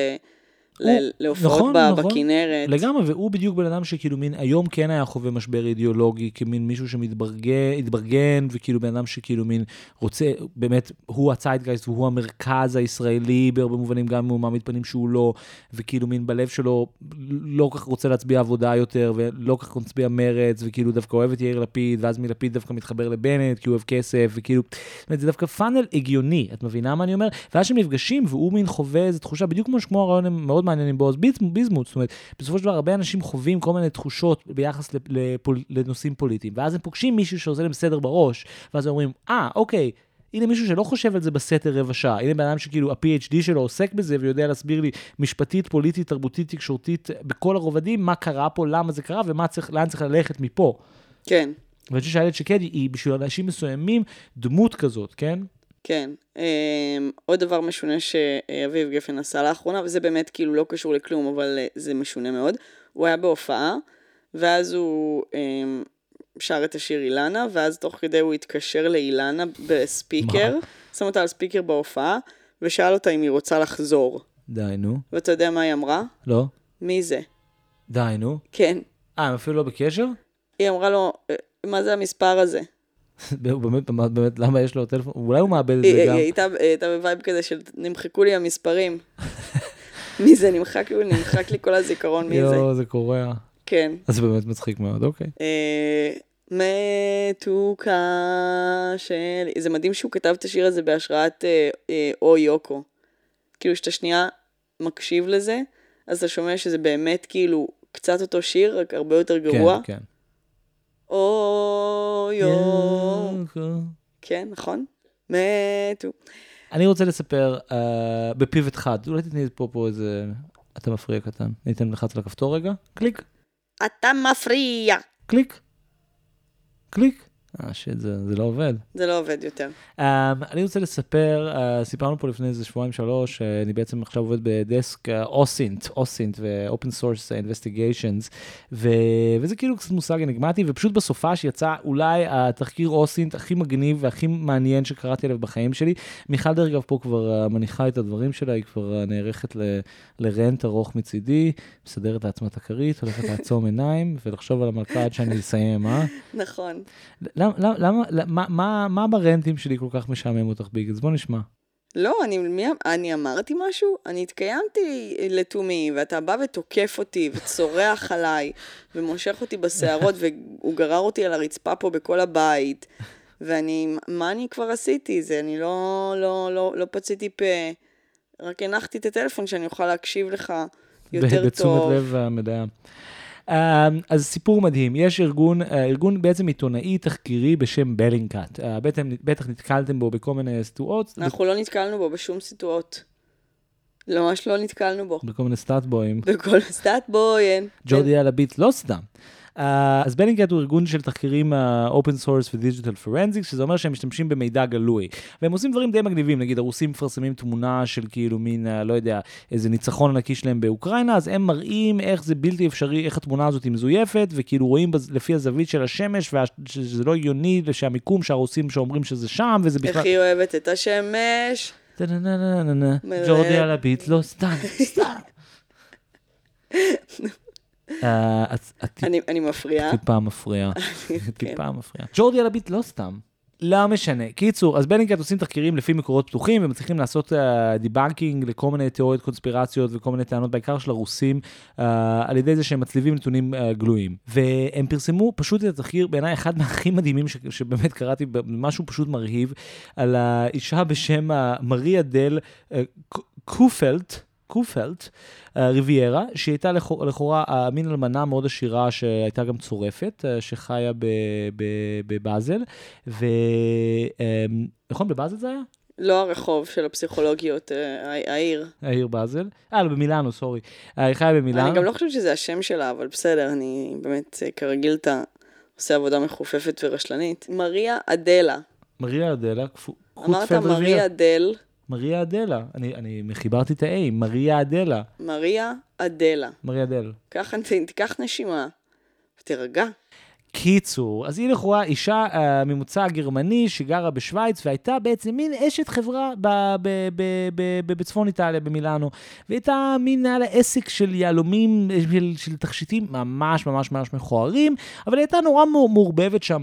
[SPEAKER 1] להופעות בכנרת.
[SPEAKER 2] לגמרי, והוא בדיוק בן אדם שכאילו מין, היום כן היה חווה משבר אידיאולוגי, כמין מישהו שמתברגן, וכאילו בן אדם שכאילו מין רוצה, באמת, הוא הציידגייסט, והוא המרכז הישראלי, בהרבה מובנים גם אם הוא מעמיד פנים שהוא לא, וכאילו מין בלב שלו, לא כך רוצה להצביע עבודה יותר, ולא כך להצביע מרץ, וכאילו דווקא אוהב את יאיר לפיד, ואז מלפיד דווקא מתחבר לבנט, כי הוא אוהב כסף, וכאילו, זה דווקא פאנל הגיוני, את מבינה מה אני אומר? ואז שהם נפגשים, והוא מין חווה איזו תחושה, בדיוק כמו הרעיון מאוד מעניינים בו, אז ביזמוט, זאת אומרת, בסופו של דבר הרבה אנשים חווים כל מיני תחושות ביחס לנושאים פוליטיים, ואז הם פוגשים מישהו שעושה להם סדר בראש, ואז הם אומרים, אוקיי, הנה מישהו שלא חושב על זה בסתר רבע שעה, הנה בן אדם שכאילו ה-PhD שלו עוסק בזה, ויודע להסביר לי משפטית, פוליטית, תרבותית, תקשורתית, בכל הרובדים, מה קרה פה, למה זה קרה, ולאן צריך ללכת מפה.
[SPEAKER 1] כן.
[SPEAKER 2] ואני חושב שהילד שקד היא בשביל אנשים מסוימים דמות כזאת, כן?
[SPEAKER 1] כן. עוד דבר משונה שאביב גפן עשה לאחרונה, וזה באמת כאילו לא קשור לכלום, אבל זה משונה מאוד. הוא היה בהופעה, ואז הוא שר את השיר אילנה, ואז תוך כדי הוא התקשר לאילנה בספיקר, שם אותה על ספיקר בהופעה, ושאל אותה אם היא רוצה לחזור.
[SPEAKER 2] די, נו.
[SPEAKER 1] ואתה יודע מה היא אמרה?
[SPEAKER 2] לא.
[SPEAKER 1] מי זה?
[SPEAKER 2] די, נו.
[SPEAKER 1] כן.
[SPEAKER 2] הם אפילו לא בקשר?
[SPEAKER 1] היא אמרה לו, מה זה המספר הזה?
[SPEAKER 2] באמת, למה יש לו טלפון? אולי הוא מאבד את זה גם.
[SPEAKER 1] היא הייתה בווייב כזה של נמחקו לי המספרים. מי זה? נמחק לי כל הזיכרון, מי זה?
[SPEAKER 2] זה קורע.
[SPEAKER 1] כן.
[SPEAKER 2] אז זה באמת מצחיק מאוד, אוקיי.
[SPEAKER 1] מתוקה שלי. זה מדהים שהוא כתב את השיר הזה בהשראת או יוקו. כאילו שאתה שנייה מקשיב לזה, אז אתה שומע שזה באמת כאילו קצת אותו שיר, רק הרבה יותר גרוע.
[SPEAKER 2] כן, כן.
[SPEAKER 1] או יוקו. כן, נכון? מתו.
[SPEAKER 2] אני רוצה לספר בפיבט חד. אולי תתני פה איזה... אתה מפריע קטן. ניתן לחץ על הכפתור רגע. קליק.
[SPEAKER 1] אתה מפריע.
[SPEAKER 2] קליק. קליק. זה לא עובד.
[SPEAKER 1] זה לא עובד יותר.
[SPEAKER 2] אני רוצה לספר, סיפרנו פה לפני איזה 2-3 שבועות, אני בעצם עכשיו עובד בדסק אוסינט ו-Open Source Investigations, וזה כאילו קצת מושג אנגמטי, ופשוט בסופה שיצא אולי התחקיר אוסינט הכי מגניב והכי מעניין שקראתי עליו בחיים שלי. מיכל דרך אגב פה כבר מניחה את הדברים שלה, היא כבר נערכת לרנט ארוך מצידי, מסדרת לעצמה את הכרית, הולכת לעצום עיניים, ולחשוב על המלכה עד שאני אסיים,
[SPEAKER 1] נכון.
[SPEAKER 2] מה ברנטים שלי כל כך משעמם אותך ביג? אז בוא נשמע.
[SPEAKER 1] לא, אני אמרתי משהו? אני התקיימתי לתומי, ואתה בא ותוקף אותי, וצורח עליי, ומושך אותי בשערות, והוא גרר אותי על הרצפה פה בכל הבית, מה אני כבר עשיתי? אני לא פציתי פה, רק הנחתי את הטלפון שאני אוכל להקשיב לך יותר טוב.
[SPEAKER 2] בתשומת לב המדעה. אז סיפור מדהים, יש ארגון בעצם עיתונאי תחקירי בשם בלינקאט, בטח נתקלתם בו בכל מיני סיטואציות.
[SPEAKER 1] אנחנו לא נתקלנו בו בשום סיטואציות. ממש לא נתקלנו בו.
[SPEAKER 2] בכל מיני סטאט-בויים.
[SPEAKER 1] בכל סטאט-בויים.
[SPEAKER 2] ג'ורדי על הביט לא סתם. אז בלינקאט הוא ארגון של תחקירים Open Source ו-Digital Forensics, שזה אומר שהם משתמשים במידע גלוי. והם עושים דברים די מגניבים, נגיד הרוסים מפרסמים תמונה של כאילו מין, לא יודע, איזה ניצחון ענקי שלהם באוקראינה, אז הם מראים איך זה בלתי אפשרי, איך התמונה הזאת היא מזויפת, וכאילו רואים לפי הזווית של השמש, שזה לא הגיוני שהמיקום שהרוסים שאומרים שזה שם, וזה בכלל...
[SPEAKER 1] איך היא אוהבת את השמש?
[SPEAKER 2] ג'ורדי על הביט, לא סתם.
[SPEAKER 1] אני מפריעה.
[SPEAKER 2] טיפה מפריעה. ג'ורדי על הביט לא סתם. לא משנה. קיצור, אז בלינקאט עושים תחקירים לפי מקורות פתוחים, ומצליחים לעשות דיבנקינג לכל מיני תיאוריות קונספירציות וכל מיני טענות, בעיקר של הרוסים, על ידי זה שהם מצליבים נתונים גלויים. והם פרסמו פשוט את התחקיר, בעיניי אחד מהכי מדהימים שבאמת קראתי, משהו פשוט מרהיב, על האישה בשם מריה דל קופלט, ריביירה, שהיא הייתה לכאורה מין אלמנה מאוד עשירה שהייתה גם צורפת, שחיה בבאזל, נכון, בבאזל זה היה?
[SPEAKER 1] לא הרחוב של הפסיכולוגיות, העיר.
[SPEAKER 2] העיר באזל? לא, במילאנו, סורי. היא חיה במילאנו.
[SPEAKER 1] אני גם לא חושבת שזה השם שלה, אבל בסדר, אני באמת כרגיל עושה עבודה מחופפת ורשלנית. מריה אדלה.
[SPEAKER 2] מריה אדלה,
[SPEAKER 1] אמרת מריה אדל.
[SPEAKER 2] מריה אדלה, אני חיברתי את ה-A, מריה אדלה.
[SPEAKER 1] מריה אדלה.
[SPEAKER 2] מריה אדל.
[SPEAKER 1] ככה תיקח נשימה ותרגע.
[SPEAKER 2] קיצור, אז היא לכאורה אישה ממוצא גרמני שגרה בשוויץ, והייתה בעצם מין אשת חברה בצפון איטליה, במילאנו, והייתה מין על העסק של יהלומים, של תכשיטים ממש ממש ממש מכוערים, אבל היא הייתה נורא מעורבבת שם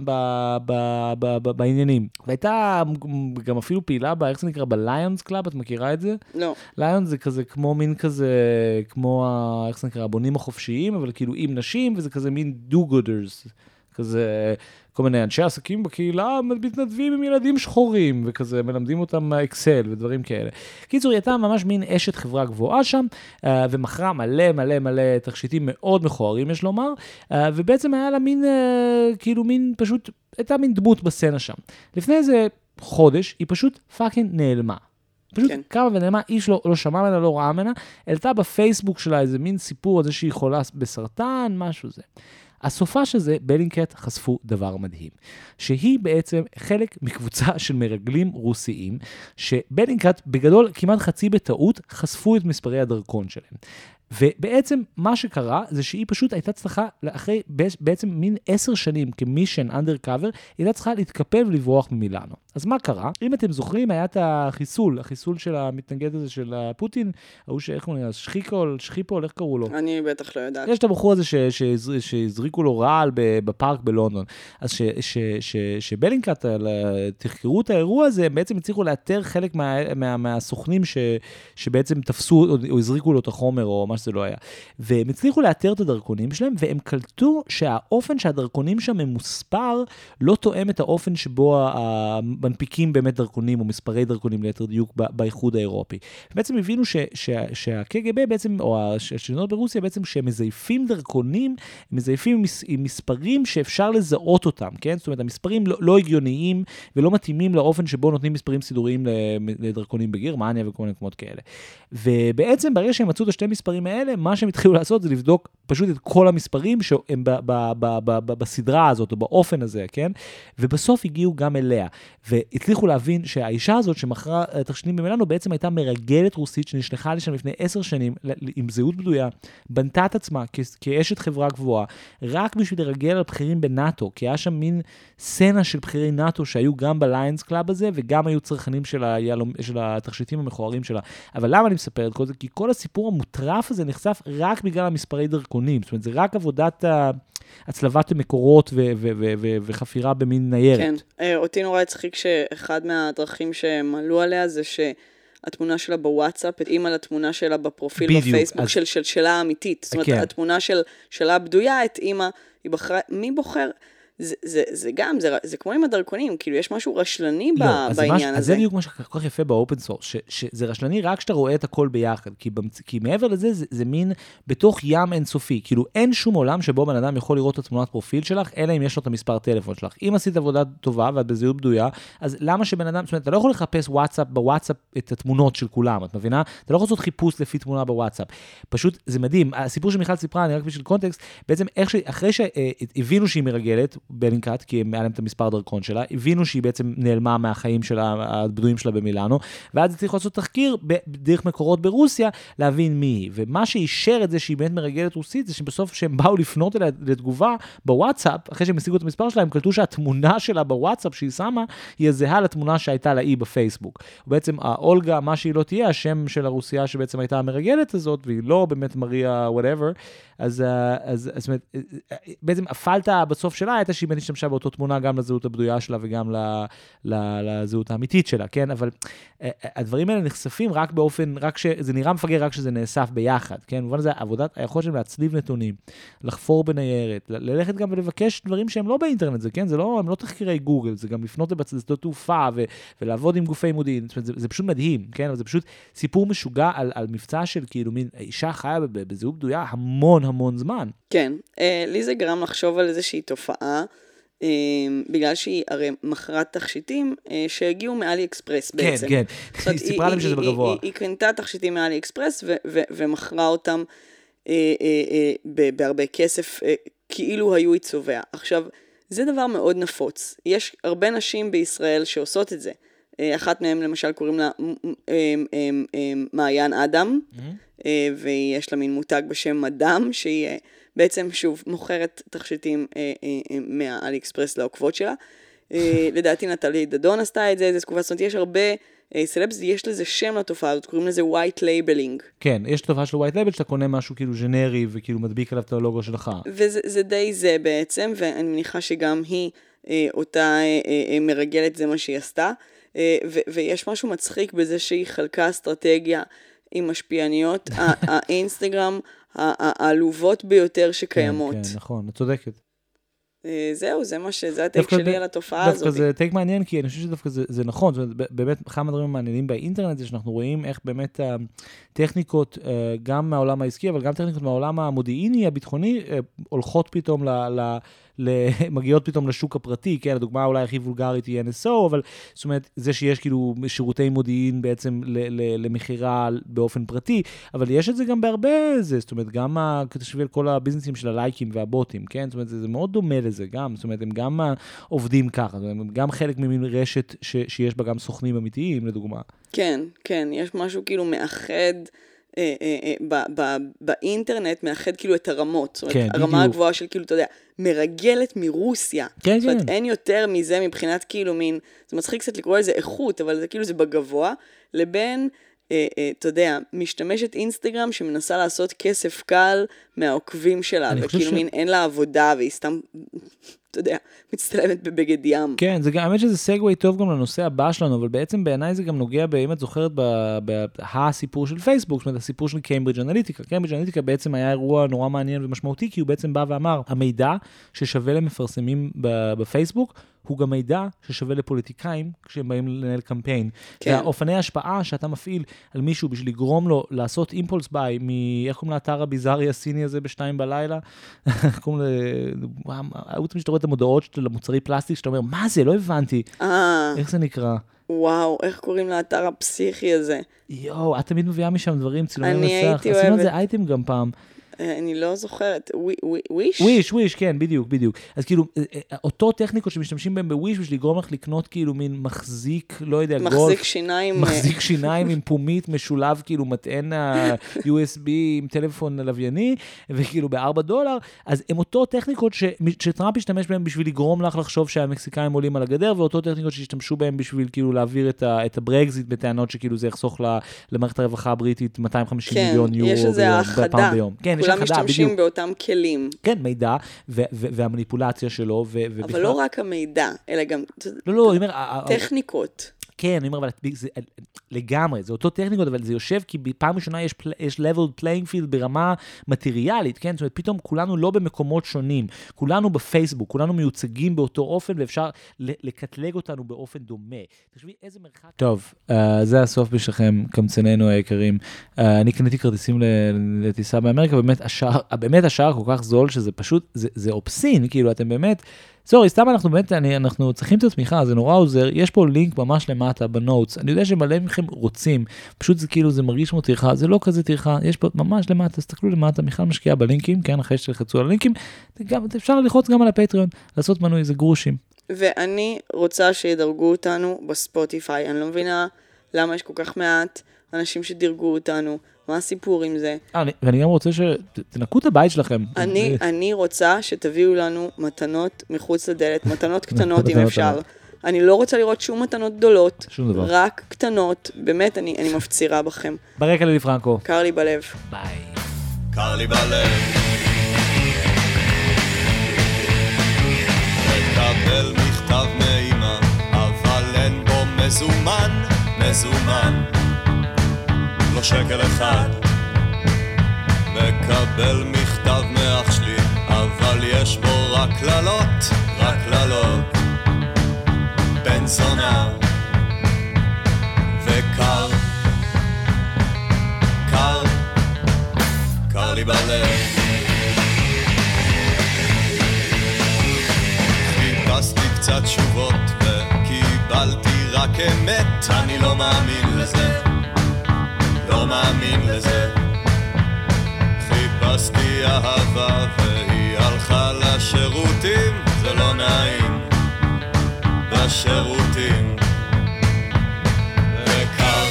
[SPEAKER 2] בעניינים. והייתה גם אפילו פעילה, איך זה נקרא? בליונס קלאב, את מכירה את זה?
[SPEAKER 1] לא.
[SPEAKER 2] ליונס זה כזה כמו מין כזה, כמו, איך זה נקרא? הבונים החופשיים, אבל כאילו עם נשים, וזה כזה מין do-gooders. כזה, כל מיני אנשי עסקים בקהילה מתנדבים עם ילדים שחורים, וכזה מלמדים אותם אקסל ודברים כאלה. קיצור, היא הייתה ממש מין אשת חברה גבוהה שם, ומכרה מלא מלא מלא תכשיטים מאוד מכוערים, יש לומר, ובעצם היה לה מין, כאילו מין פשוט, הייתה מין דמות בסצנה שם. לפני איזה חודש, היא פשוט פאקינג נעלמה. פשוט קמה ונעלמה, איש לא שמע ממנה, לא ראה ממנה, העלתה בפייסבוק שלה איזה מין סיפור על זה שהיא חולה בסרטן, משהו זה. הסופה של זה, בלינקאט חשפו דבר מדהים, שהיא בעצם חלק מקבוצה של מרגלים רוסיים, שבלינקאט בגדול כמעט חצי בטעות חשפו את מספרי הדרכון שלהם. ובעצם מה שקרה זה שהיא פשוט הייתה צריכה, אחרי בעצם מין 10 שנים כמישן אנדרקאבר, היא הייתה צריכה להתקפל ולברוח ממילאנו. אז מה קרה? אם אתם זוכרים, היה את החיסול של המתנגד הזה של פוטין, ההוא שאיך הוא נראה, שחיפול, איך קראו לו?
[SPEAKER 1] אני בטח לא יודעת.
[SPEAKER 2] יש את הבחור הזה שהזריקו לו רעל בפארק בלונדון. אז שבלינקאט תחקרו את האירוע הזה, הם בעצם הצליחו לאתר חלק מהסוכנים שבעצם תפסו או הזריקו לו את החומר או מה שזה לא היה. והם הצליחו לאתר את הדרכונים שלהם, והם קלטו שהאופן שהדרכונים שם הם מוספר, לא תואם את האופן שבו מנפיקים באמת דרכונים או מספרי דרכונים ליתר דיוק באיחוד האירופי. בעצם הבינו שהקג"ב בעצם, או השלטונות ברוסיה בעצם, שהם מזייפים דרכונים, הם מזייפים עם מספרים שאפשר לזהות אותם, כן? זאת אומרת, המספרים לא הגיוניים ולא מתאימים לאופן שבו נותנים מספרים סידוריים לדרכונים בגרמניה וכל מיני מקומות כאלה. ובעצם ברגע שהם מצאו את השתי מספרים הדברים האלה, מה שהם התחילו לעשות זה לבדוק פשוט את כל המספרים שהם בסדרה הזאת, או באופן הזה, כן? ובסוף הגיעו גם אליה, והצליחו להבין שהאישה הזאת שמכרה תכשיטים במילאנו, בעצם הייתה מרגלת רוסית שנשלחה לשם לפני 10 שנים, עם זהות בדויה, בנתה את עצמה כאשת חברה גבוהה, רק בשביל לרגל על בכירים בנאטו, כי היה שם מין סצנה של בכירי נאטו שהיו גם בליינס קלאב הזה, וגם היו צרכנים של התכשיטים המכוערים שלה. אבל למה אני מספר את כל זה? כי כל הסיפור המוטרף הזה נחשף רק בגלל המספרי דרכונים. זאת אומרת, זה רק עבודת הצלבת המקורות וחפירה במין ניירת.
[SPEAKER 1] כן, אותי נורא הצחיק שאחד מהדרכים שהם עלו עליה זה שהתמונה שלה בוואטסאפ התאימה לתמונה שלה בפרופיל בפייסבוק של שלה האמיתית. זאת אומרת, התמונה של שלה בדויה התאימה, היא בחרה, מי בוחר? זה גם, זה כמו עם הדרכונים, כאילו יש משהו רשלני בעניין הזה.
[SPEAKER 2] אז זה בדיוק מה שכל כך יפה באופן סורס, שזה רשלני רק שאתה רואה את הכל ביחד, כי מעבר לזה זה מין בתוך ים אינסופי, כאילו אין שום עולם שבו בן אדם יכול לראות את התמונת פרופיל שלך, אלא אם יש לו את המספר טלפון שלך. אם עשית עבודה טובה ואת בזהות בדויה, אז למה שבן אדם, זאת אומרת, אתה לא יכול לחפש בוואטסאפ את התמונות של כולם, את מבינה? אתה לא יכול לעשות חיפוש לפי תמונה בוואטסאפ. פשוט זה מדהים. הסיפור שמיכל סיפרה, אני רק בשביל קונטקסט, בעצם אחרי שהבינו שהיא מרגלת, בלינקאט, כי הם היה להם את המספר דרכון שלה, הבינו שהיא בעצם נעלמה מהחיים של הבדואים שלה במילאנו, ואז צריך לעשות תחקיר דרך מקורות ברוסיה, להבין מי היא. ומה שאישר את זה שהיא באמת מרגלת רוסית, זה שבסוף שהם באו לפנות אליה לתגובה בוואטסאפ, אחרי שהם השיגו את המספר שלה, הם קלטו שהתמונה שלה בוואטסאפ שהיא שמה, היא הזהה לתמונה שהייתה לה היא בפייסבוק. ובעצם האולגה, מה שהיא לא תהיה, השם של הרוסיה שבעצם הייתה המרגלת הזאת, והיא לא באמת מריה whatever, אז בעצם הפלטה בסוף שלה הייתה שהיא באמת השתמשה באותו תמונה גם לזהות הבדויה שלה וגם לזהות האמיתית שלה, כן? אבל הדברים האלה נחשפים רק באופן, זה נראה מפגר רק שזה נאסף ביחד, כן? במובן הזה, היכולת שלהם להצליב נתונים, לחפור בניירת, ללכת גם ולבקש דברים שהם לא באינטרנט, זה, כן? הם לא תחקירי גוגל, זה גם לפנות לשדות תעופה ולעבוד עם גופי מודיעין, זה פשוט מדהים, כן? אבל זה פשוט סיפור משוגע על מבצע של כאילו מין אישה חיה בזהות בדויה המון זמן.
[SPEAKER 1] כן, לי זה גרם לחשוב על איזושהי תופעה, בגלל שהיא הרי מכרת תכשיטים שהגיעו מאלי אקספרס בעצם.
[SPEAKER 2] כן, היא סיפרה להם שזה בגבוה.
[SPEAKER 1] היא קנתה תכשיטים מאלי אקספרס ומכרה אותם בהרבה כסף, כאילו היו עיצוביה. עכשיו, זה דבר מאוד נפוץ. יש הרבה נשים בישראל שעושות את זה. אחת מהם למשל קוראים לה מעיין אדם, ויש לה מין מותג בשם מדם, שהיא בעצם שוב מוכרת תכשיטים מהאלי אקספרס לעוקבות שלה. לדעתי נטלי דדון עשתה את זה, זה תקופה, זאת אומרת, יש הרבה סלבס, יש לזה שם לתופעה הזאת, קוראים לזה white labeling.
[SPEAKER 2] כן, יש תופעה של white label, שאתה קונה משהו כאילו ג'נרי, וכאילו מדביק עליו את הלוגו שלך.
[SPEAKER 1] וזה די זה בעצם, ואני מניחה שגם היא, אותה מרגלת, זה מה שהיא עשתה. ויש משהו מצחיק בזה שהיא חלקה אסטרטגיה עם משפיעניות, האינסטגרם העלובות ביותר שקיימות.
[SPEAKER 2] כן, נכון, את צודקת.
[SPEAKER 1] זהו, זה הטייק שלי על התופעה הזאת.
[SPEAKER 2] דווקא זה טייק מעניין, כי אני חושב שדווקא זה נכון, זאת אומרת, באמת, אחד מהדברים המעניינים באינטרנט זה שאנחנו רואים איך באמת טכניקות, גם מהעולם העסקי, אבל גם טכניקות מהעולם המודיעיני, הביטחוני, הולכות פתאום מגיעות פתאום לשוק הפרטי, כן, הדוגמה אולי הכי וולגרית היא NSO, אבל זאת אומרת, זה שיש כאילו שירותי מודיעין בעצם למחירה באופן פרטי, אבל יש את זה גם בהרבה זה, זאת אומרת, גם תחשבי על כל הביזנסים של הלייקים והבוטים, כן, זאת אומרת, זה מאוד דומה לזה גם, זאת אומרת, הם גם עובדים ככה, הם גם חלק ממין רשת שיש בה גם סוכנים אמיתיים, לדוגמה.
[SPEAKER 1] כן, כן, יש משהו כאילו מאחד, באינטרנט מאחד כאילו את הרמות, זאת אומרת, הרמה הגבוהה של כאילו, אתה יודע, מרגלת מרוסיה. זאת אומרת, אין יותר מזה מבחינת כאילו מין, זה מצחיק קצת לקרוא לזה איכות, אבל זה כאילו זה בגבוה, לבין, אתה יודע, משתמשת אינסטגרם שמנסה לעשות כסף קל מהעוקבים שלה, וכאילו מין אין לה עבודה, והיא סתם, אתה יודע, מצטלמת בבגד ים.
[SPEAKER 2] כן, האמת שזה סגווי טוב גם לנושא הבא שלנו, אבל בעצם בעיניי זה גם נוגע, אם את זוכרת, הסיפור של פייסבוק, זאת אומרת, הסיפור של קיימברידג' אנליטיקה. קיימברידג' אנליטיקה בעצם היה אירוע נורא מעניין ומשמעותי, כי הוא בעצם בא ואמר, המידע ששווה למפרסמים בפייסבוק, הוא גם מידע ששווה לפוליטיקאים כשהם באים לנהל קמפיין. כן. והאופני ההשפעה שאתה מפעיל על מישהו בשביל לגרום לו לעשות אימפולס ביי, איך קוראים לאתר הביזארי הסיני הזה ב-2 בלילה? קוראים אתה רואה את המודעות של המוצרי פלסטיק, שאתה אומר, מה זה? לא הבנתי. איך זה נקרא?
[SPEAKER 1] וואו, איך קוראים לאתר הפסיכי הזה?
[SPEAKER 2] יואו, את תמיד מביאה משם דברים, צילומי מסך.
[SPEAKER 1] אני הייתי
[SPEAKER 2] עשינו על זה
[SPEAKER 1] אוהבת.
[SPEAKER 2] אייטם גם פעם.
[SPEAKER 1] אני לא זוכרת. וויש?
[SPEAKER 2] וויש, כן, בדיוק. אז כאילו, אותו טכניקות שמשתמשים בהם בוויש, בשביל לגרום לך לקנות כאילו מין מחזיק, לא יודע, גולף.
[SPEAKER 1] מחזיק שיניים.
[SPEAKER 2] מחזיק שיניים עם פומית משולב, כאילו מטען ה-USB עם טלפון לווייני, וכאילו $4. אז הם אותו טכניקות שטראמפ השתמש בהם בשביל לגרום לך לחשוב שהמקסיקאים עולים על הגדר, ואותו טכניקות שהשתמשו בהם בשביל כאילו להעביר את הברקזיט בטענות שכאילו זה יחסוך למערכת הרווחה הבריטית 250 מיליון יורו פעם ביום. כן,
[SPEAKER 1] כולם משתמשים באותם כלים.
[SPEAKER 2] כן, מידע, והמניפולציה שלו,
[SPEAKER 1] אבל לא רק המידע, אלא גם טכניקות.
[SPEAKER 2] כן, אני אומר, אבל לגמרי, זה אותו טכניקות, אבל זה יושב כי בפעם ראשונה יש level playing field ברמה מטריאלית, כן? זאת אומרת, פתאום כולנו לא במקומות שונים, כולנו בפייסבוק, כולנו מיוצגים באותו אופן, ואפשר לקטלג אותנו באופן דומה. תחשבי איזה מרחק... טוב, זה הסוף בשלכם, קמצנינו היקרים. אני קניתי כרטיסים לטיסה באמריקה, באמת השער כל כך זול, שזה פשוט, זה אופסין, כאילו, אתם באמת... סורי, סתם אנחנו צריכים את התמיכה, זה נורא עוזר, יש פה לינק ממש למטה בנוטס, אני יודע שמלא מכם רוצים, פשוט זה כאילו, זה מרגיש כמו תרחה, זה לא כזה תרחה, יש פה ממש למטה, תסתכלו למטה, מיכל משקיעה בלינקים, כן, אחרי שתלחצו על הלינקים, אפשר ללחוץ גם על הפטריון, לעשות מנוי, זה גרושים.
[SPEAKER 1] ואני רוצה שידרגו אותנו בספוטיפיי, אני לא מבינה למה יש כל כך מעט אנשים שדירגו אותנו, מה הסיפור עם זה?
[SPEAKER 2] ואני גם רוצה שתנקו את הבית שלכם.
[SPEAKER 1] אני רוצה שתביאו לנו מתנות מחוץ לדלת, מתנות קטנות אם אפשר. אני לא רוצה לראות שום מתנות גדולות, רק קטנות. באמת, אני מפצירה בכם.
[SPEAKER 2] ברקע לילי פרנקו.
[SPEAKER 1] קר לי בלב.
[SPEAKER 2] ביי.
[SPEAKER 3] קר לי בלב. לקבל מכתב מאמא, אבל אין בו מזומן. לא שקל אחד. מקבל מכתב מאח שלי, אבל יש בו רק קללות. בן זונה וקר לי בלב. חיפשתי קצת תשובות וקיבלתי רק אמת. אני לא מאמין לזה. חיפשתי אהבה והיא הלכה לשירותים. זה לא נעים בשירותים. וקר,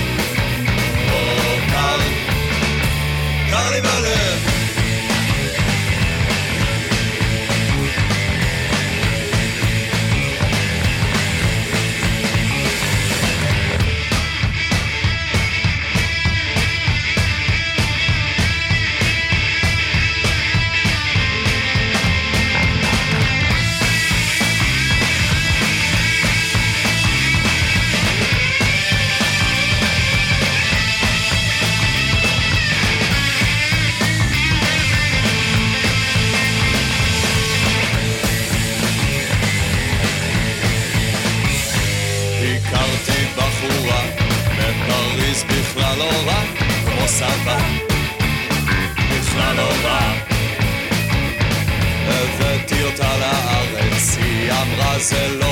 [SPEAKER 3] קר לי בלב. בכלל לא רע, כמו סבא, בכלל לא רע. הבאתי אותה לארץ, היא אמרה זה לא